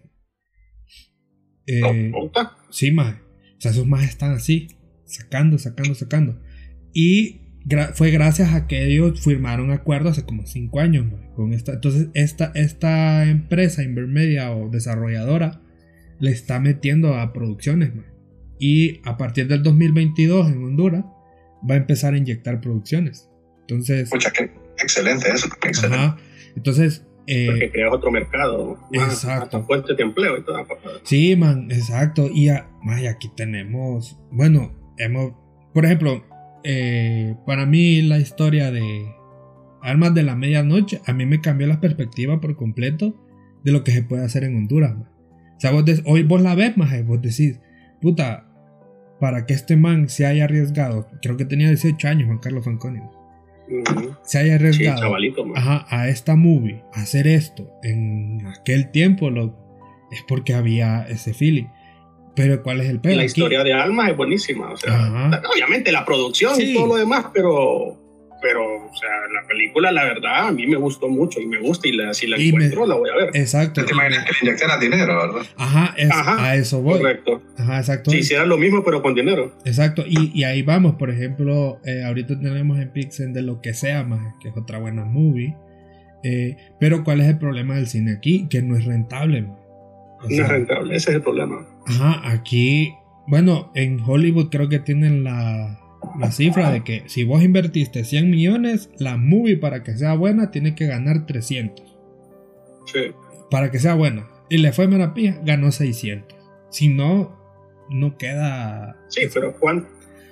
Eh, sí, man. O sea, esos más están así, sacando, sacando, sacando. Y gra- fue gracias a que ellos firmaron acuerdos hace como cinco años, man, con esta. Entonces, esta, esta empresa Invermedia o desarrolladora le está metiendo a producciones, man. Y a partir del dos mil veintidós en Honduras va a empezar a inyectar producciones. Entonces, pucha, qué excelente eso, qué excelente. Ajá, entonces, eh, porque creas otro mercado, más, exacto, fuente de empleo y toda. Sí, man, exacto. Y a, man, aquí tenemos, bueno, hemos, por ejemplo, eh, para mí la historia de Armas de la Medianoche a mí me cambió la perspectiva por completo de lo que se puede hacer en Honduras, man. O sea, vos de, hoy vos la ves, man, vos decís, puta, para que este man se haya arriesgado, creo que tenía dieciocho años Juan Carlos Fanconi, uh-huh. se haya arriesgado, sí, chavalito, ajá, a esta movie, a hacer esto en aquel tiempo, lo, es porque había ese feeling. Pero ¿cuál es el pedo? La aquí? historia de Almas es buenísima, o sea, ajá. obviamente la producción sí. y todo lo demás, pero pero, o sea, la película, la verdad, a mí me gustó mucho y me gusta, y la, si la y encuentro, me, la voy a ver. Exacto. Te imaginas que le inyectaran dinero, ¿verdad? Ajá, es, Ajá, a eso voy. Correcto. Ajá, exacto. Si hicieran lo mismo, pero con dinero. Exacto, y, y ahí vamos, por ejemplo, eh, ahorita tenemos en Pixel de Lo que sea más, que es otra buena movie, eh, pero ¿cuál es el problema del cine aquí? Que no es rentable. O sea, no es rentable, ese es el problema. Ajá, aquí, bueno, en Hollywood creo que tienen la... la cifra de que si vos invertiste cien millones, la movie para que sea buena tiene que ganar trescientos. Sí. Para que sea buena. Y le fue mera pija, ganó seiscientos. Si no, no queda... Sí, pero ¿cuánto?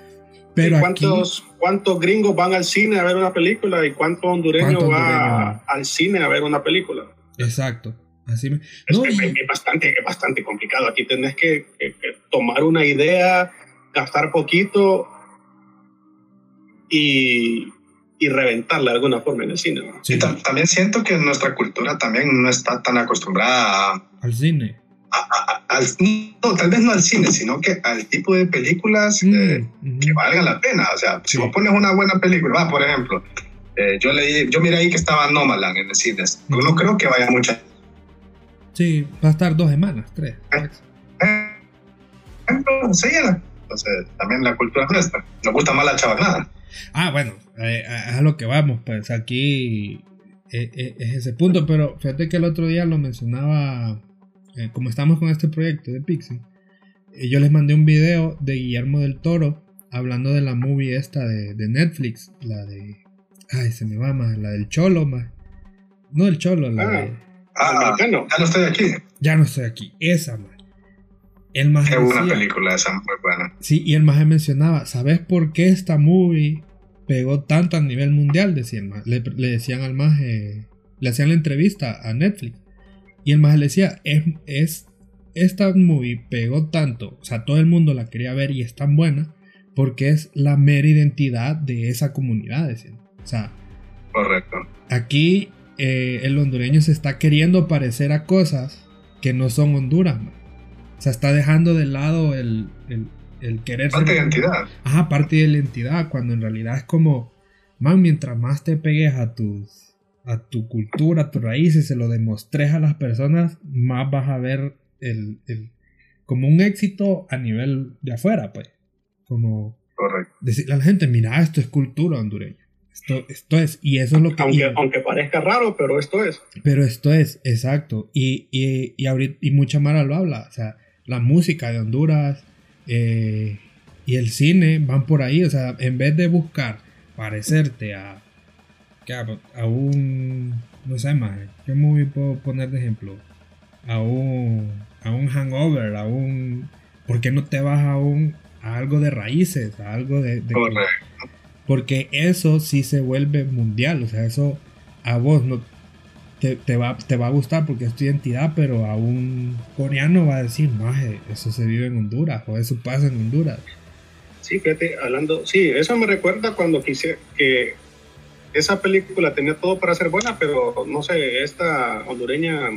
Pero ¿Cuántos, aquí, ¿Cuántos gringos van al cine a ver una película y cuántos hondureños ¿cuánto va hondureño? al cine a ver una película? Exacto. Así me... Es, no, es, y... es, bastante, es bastante complicado. Aquí tenés que, que, que tomar una idea, gastar poquito y, y reventarla de alguna forma en el cine, ¿no? Sí. Y t- también siento que nuestra cultura también no está tan acostumbrada a, al cine. A, a, a, al, no, tal vez no al cine, sino que al tipo de películas mm, eh, uh-huh. que valgan la pena. O sea, sí. si vos pones una buena película, va, por ejemplo, eh, yo leí, yo miré ahí que estaba Nomadland en el cine. Uh-huh. No creo que vaya mucha. Sí, va a estar dos semanas, tres. Eh, eh, se llena. Entonces, también la cultura nuestra. Nos gusta más la chavalada. Ah, bueno, eh, a, a lo que vamos, pues aquí eh, eh, es ese punto, pero fíjate que el otro día lo mencionaba, eh, como estamos con este proyecto de Pixie, eh, yo les mandé un video de Guillermo del Toro hablando de la movie esta de, de Netflix, la de, ay, se me va más, la del Cholo, más, no el Cholo, la ah, de, ah, ya no estoy aquí. Ya no estoy aquí, esa, más. El maje Qué buena decía, película esa, muy buena. Sí, y el maje mencionaba, ¿sabes por qué esta movie pegó tanto a nivel mundial? Decía el maje. Le, le decían al maje, le hacían la entrevista a Netflix, y el maje le decía, es, es esta movie pegó tanto, o sea, todo el mundo la quería ver y es tan buena porque es la mera identidad de esa comunidad, decían. O sea, correcto. Aquí eh, el hondureño se está queriendo parecer a cosas que no son Honduras, man. O sea, está dejando de lado el, el, el querer parte ser... de identidad. Ajá, parte de la identidad, cuando en realidad es como, man, mientras más te pegues a tus, a tu cultura, a tus raíces, se lo demostres a las personas, más vas a ver el, el, como un éxito a nivel de afuera, pues. Como correcto. Decirle a la gente, mira, esto es cultura hondureña. Esto, esto es, y eso es lo que... Aunque, y, aunque parezca raro, pero esto es. Pero esto es, exacto. Y, y, y, ahorita, y mucha mara lo habla. O sea, la música de Honduras eh, y el cine van por ahí. O sea, en vez de buscar parecerte a, a, a un... No sé más, ¿qué movie puedo poner de ejemplo? A un, a un Hangover, a un... ¿Por qué no te vas a un... a algo de raíces, a algo de... de correcto. Porque eso sí se vuelve mundial. O sea, eso a vos no te, te, va, te va a gustar porque es tu identidad, pero a un coreano va a decir, maje, eso se vive en Honduras o eso pasa en Honduras. Sí, fíjate, hablando, sí, eso me recuerda cuando quise que esa película tenía todo para ser buena, pero no sé, esta hondureña,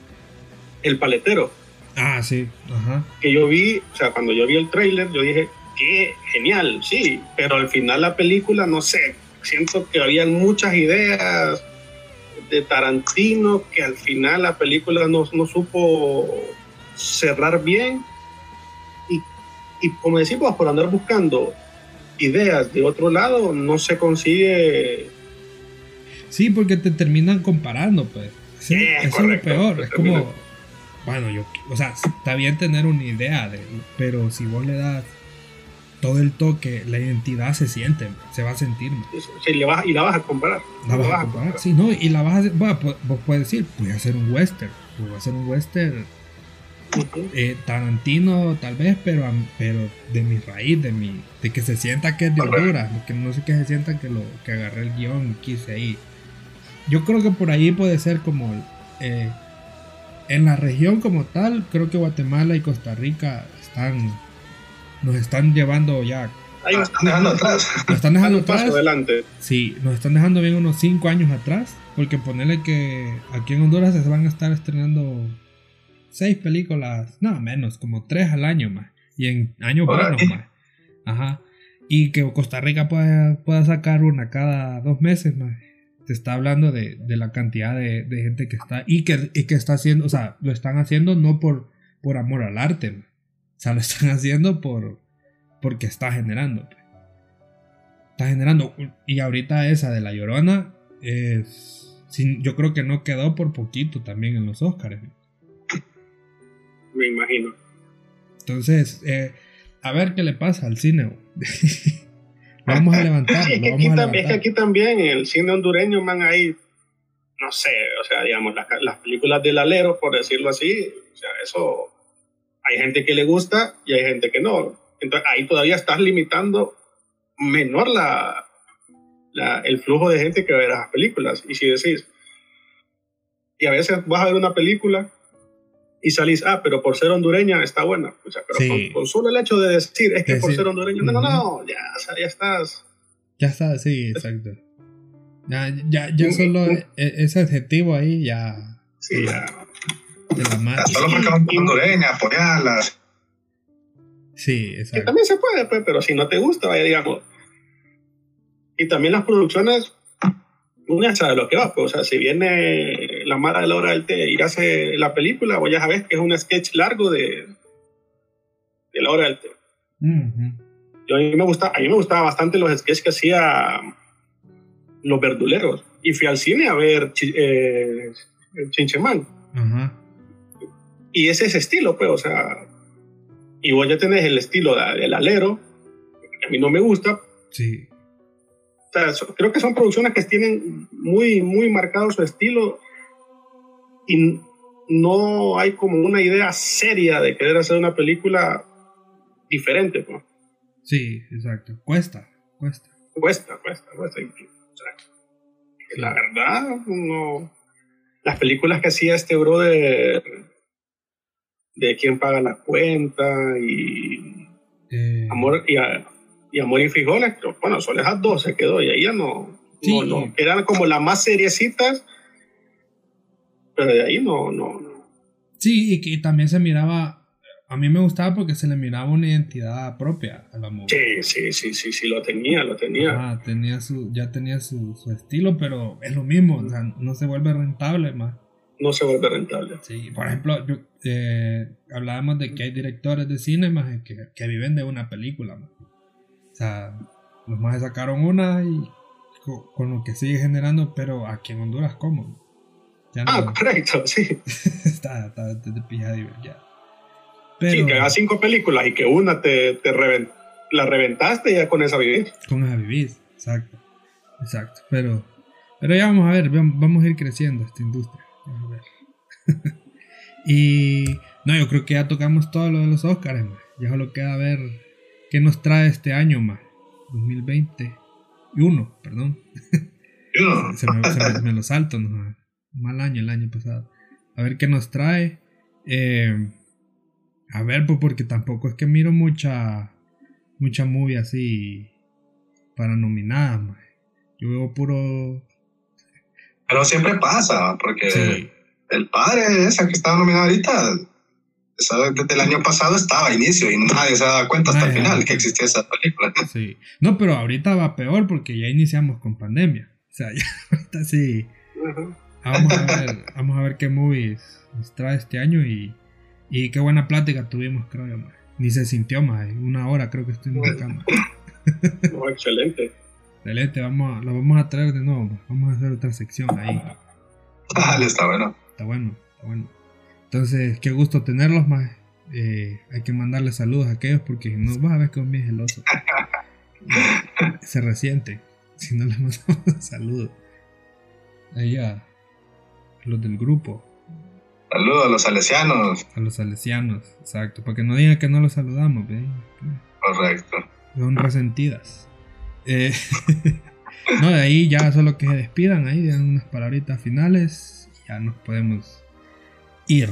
El Paletero. Ah, sí, ajá. Que yo vi, o sea, cuando yo vi el tráiler, yo dije, qué genial, sí, pero al final la película, no sé, siento que habían muchas ideas de Tarantino que al final la película no, no supo cerrar bien y, y como decimos, por andar buscando ideas de otro lado no se consigue. Sí, porque te terminan comparando, pues. Sí, eh, eso correcto, es lo peor, es como, termina. bueno, yo, o sea, está bien tener una idea, de, pero si vos le das todo el toque, la identidad se siente, se va a sentir. Sí, le vas, y la vas a comparar. La vas, la vas a comparar. comparar. Sí, no, y la vas a hacer, bueno, vos puedes decir, voy a hacer un western, voy a hacer un western uh-huh. eh, Tarantino tal vez, pero, pero de mi raíz, de mi, de que se sienta que es de Honduras, que no sé que se sienta que lo que agarré el guión y quise ahí. Yo creo que por ahí puede ser como eh, en la región como tal, creo que Guatemala y Costa Rica están nos están llevando ya. Ahí nos están dejando atrás. Nos están dejando atrás. Paso adelante. Sí, nos están dejando bien unos cinco años atrás. Porque ponerle que aquí en Honduras se van a estar estrenando seis películas, no menos, como tres al año más. Y en años buenos más. Ajá. Y que Costa Rica pueda, pueda sacar una cada dos meses más. Te está hablando de, de la cantidad de, de gente que está. Y que, y que está haciendo, o sea, lo están haciendo no por, por amor al arte, man. O sea, lo están haciendo por porque está generando. Está generando. Y ahorita esa de La Llorona es, sin, yo creo que no quedó por poquito también en los Oscars. Me imagino. Entonces, eh, a ver qué le pasa al cine. Lo vamos a levantar. Sí, es, que lo aquí vamos a también, es que aquí también en el cine hondureño, man, hay, no sé, o sea, digamos, las, las películas del alero, por decirlo así, o sea, eso... Hay gente que le gusta y hay gente que no. Entonces ahí todavía estás limitando menor la, la, el flujo de gente que ve las películas. Y si decís, y a veces vas a ver una película y salís, ah, pero por ser hondureña está buena. O sea, pero sí. con, con solo el hecho de decir, es que decir, por ser hondureño, no, no, no, ya, o sea, ya estás. Ya está, sí, exacto. Ya, ya, ya solo ese adjetivo ahí ya. Sí, ya. De la madre. Solo porque van hondureña, apoyarla. Sí, exacto. Que también se puede, pues, pero si no te gusta, vaya, digamos. Y también las producciones, uno ya sabe lo que va, pues, o sea, si viene la mara de la hora del té y hace la película, vos ya sabes que es un sketch largo de, de la hora del té. Uh-huh. Yo, a, mí me gusta, a mí me gustaban bastante los sketches que hacía los verduleros. Y fui al cine a ver eh, Chinchemán. Uh-huh. Y es ese estilo, pues, o sea, y vos ya tenés el estilo del alero, que a mí no me gusta. Sí. O sea, so, creo que son producciones que tienen muy, muy marcado su estilo y no hay como una idea seria de querer hacer una película diferente, ¿no? Sí, exacto. Cuesta, cuesta. Cuesta, cuesta, cuesta. O sea, sí. La verdad, no. Las películas que hacía este brother de quién paga la cuenta y eh... amor y, a, y amor y frijoles, bueno, solo esas dos se quedó y ahí ya no, sí. no, no, eran como las más seriecitas, pero de ahí no, no, no. Sí, y que también se miraba. A mí me gustaba porque se le miraba una identidad propia a la movie. Sí, sí, sí, sí, sí, lo tenía, lo tenía. Ah, tenía su, ya tenía su, su estilo, pero es lo mismo, o sea, no se vuelve rentable más. No se vuelve rentable. Sí, por ejemplo, yo, eh, hablábamos de que hay directores de cine más que, que viven de una película, más. O sea, los más sacaron una y con, con lo que sigue generando, pero aquí en Honduras, ¿cómo? Ya no, ah, correcto, sí. está, está de pija divertida. Pero, sí, que hagas cinco películas y que una te, te revent, la reventaste y ya con esa vivís. Con esa vivís, exacto. Exacto. Pero, pero ya vamos a ver, vamos a ir creciendo esta industria. Vamos a ver. Y no, yo creo que ya tocamos todo lo de los Oscars, man. Ya solo queda ver qué nos trae este año, más dos mil veintiuno, perdón. se, me, se me, me lo salto, ¿no? Mal año el año pasado. A ver qué nos trae. Eh, a ver, pues porque tampoco es que miro mucha mucha movie así para nominadas, man. Yo veo puro. Pero siempre pasa, porque sí. El padre, esa que estaba nominada ahorita, esa desde el año pasado estaba a inicio y nadie se daba cuenta hasta nadie el final que existía esa película. Sí. No, pero ahorita va peor porque ya iniciamos con pandemia. O sea, ya ahorita sí. Uh-huh. Vamos a ver, vamos a ver qué movies nos trae este año y, y qué buena plática tuvimos, creo yo, man. Ni se sintió más, una hora creo que estuvimos en cama. No, excelente. Excelente, vamos a, lo vamos a traer de nuevo, man. Vamos a hacer otra sección ahí. Ah, está bueno. Está bueno, está bueno. Entonces, qué gusto tenerlos, más. Eh, hay que mandarles saludos a aquellos porque no vas a ver que un es el oso. Se resiente si no les mandamos saludos. Ahí a los del grupo. Saludos a los salesianos. A los salesianos, exacto. Para que no digan que no los saludamos, ¿ve? Correcto. Son resentidas. Eh, no, de ahí ya solo que se despidan ahí, dan unas palabritas finales. Ya nos podemos ir.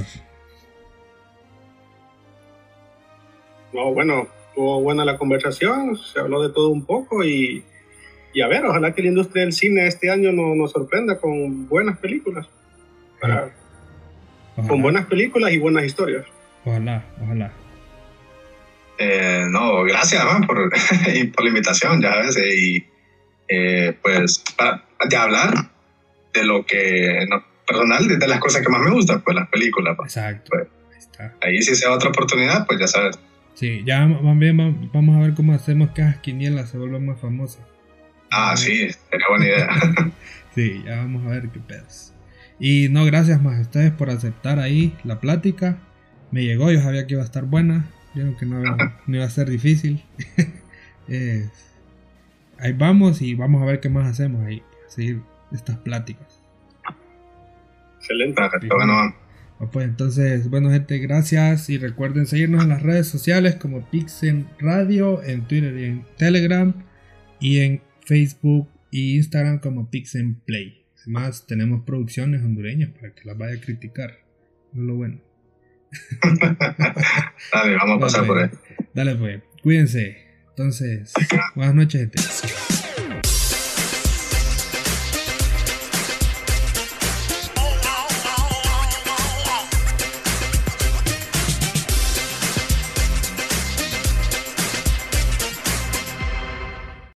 No, bueno, estuvo buena la conversación, se habló de todo un poco y, y a ver, ojalá que la industria del cine este año no, nos sorprenda con buenas películas. Para, con buenas películas y buenas historias. Ojalá, ojalá. Eh, no, gracias, man, por, por la invitación, ya ves, y eh, pues para de hablar de lo que no, personal, de, de las cosas que más me gustan, pues las películas. Pues. Exacto. Pues, ahí, está. Ahí si sea otra oportunidad, pues ya sabes. Sí, ya también vamos a ver cómo hacemos que esas quinielas se vuelvan más famosas. Ah, ¿no? Sí, sería buena idea. Sí, ya vamos a ver qué pedos. Y no, gracias más a ustedes por aceptar ahí la plática. Me llegó, yo sabía que iba a estar buena. Vieron que no, no iba a ser difícil. eh, ahí vamos y vamos a ver qué más hacemos ahí. Seguir estas pláticas. Excelente. Perfecto, bueno. Pues entonces, bueno gente, gracias. Y recuerden seguirnos en las redes sociales como Pixel Radio, en Twitter y en Telegram. y en Facebook e Instagram como PixenPlay. Además tenemos producciones hondureñas para que las vaya a criticar. No es lo bueno. Dale, vamos a pasar Dale, por ahí. Dale pues, cuídense. Entonces, buenas noches, gente.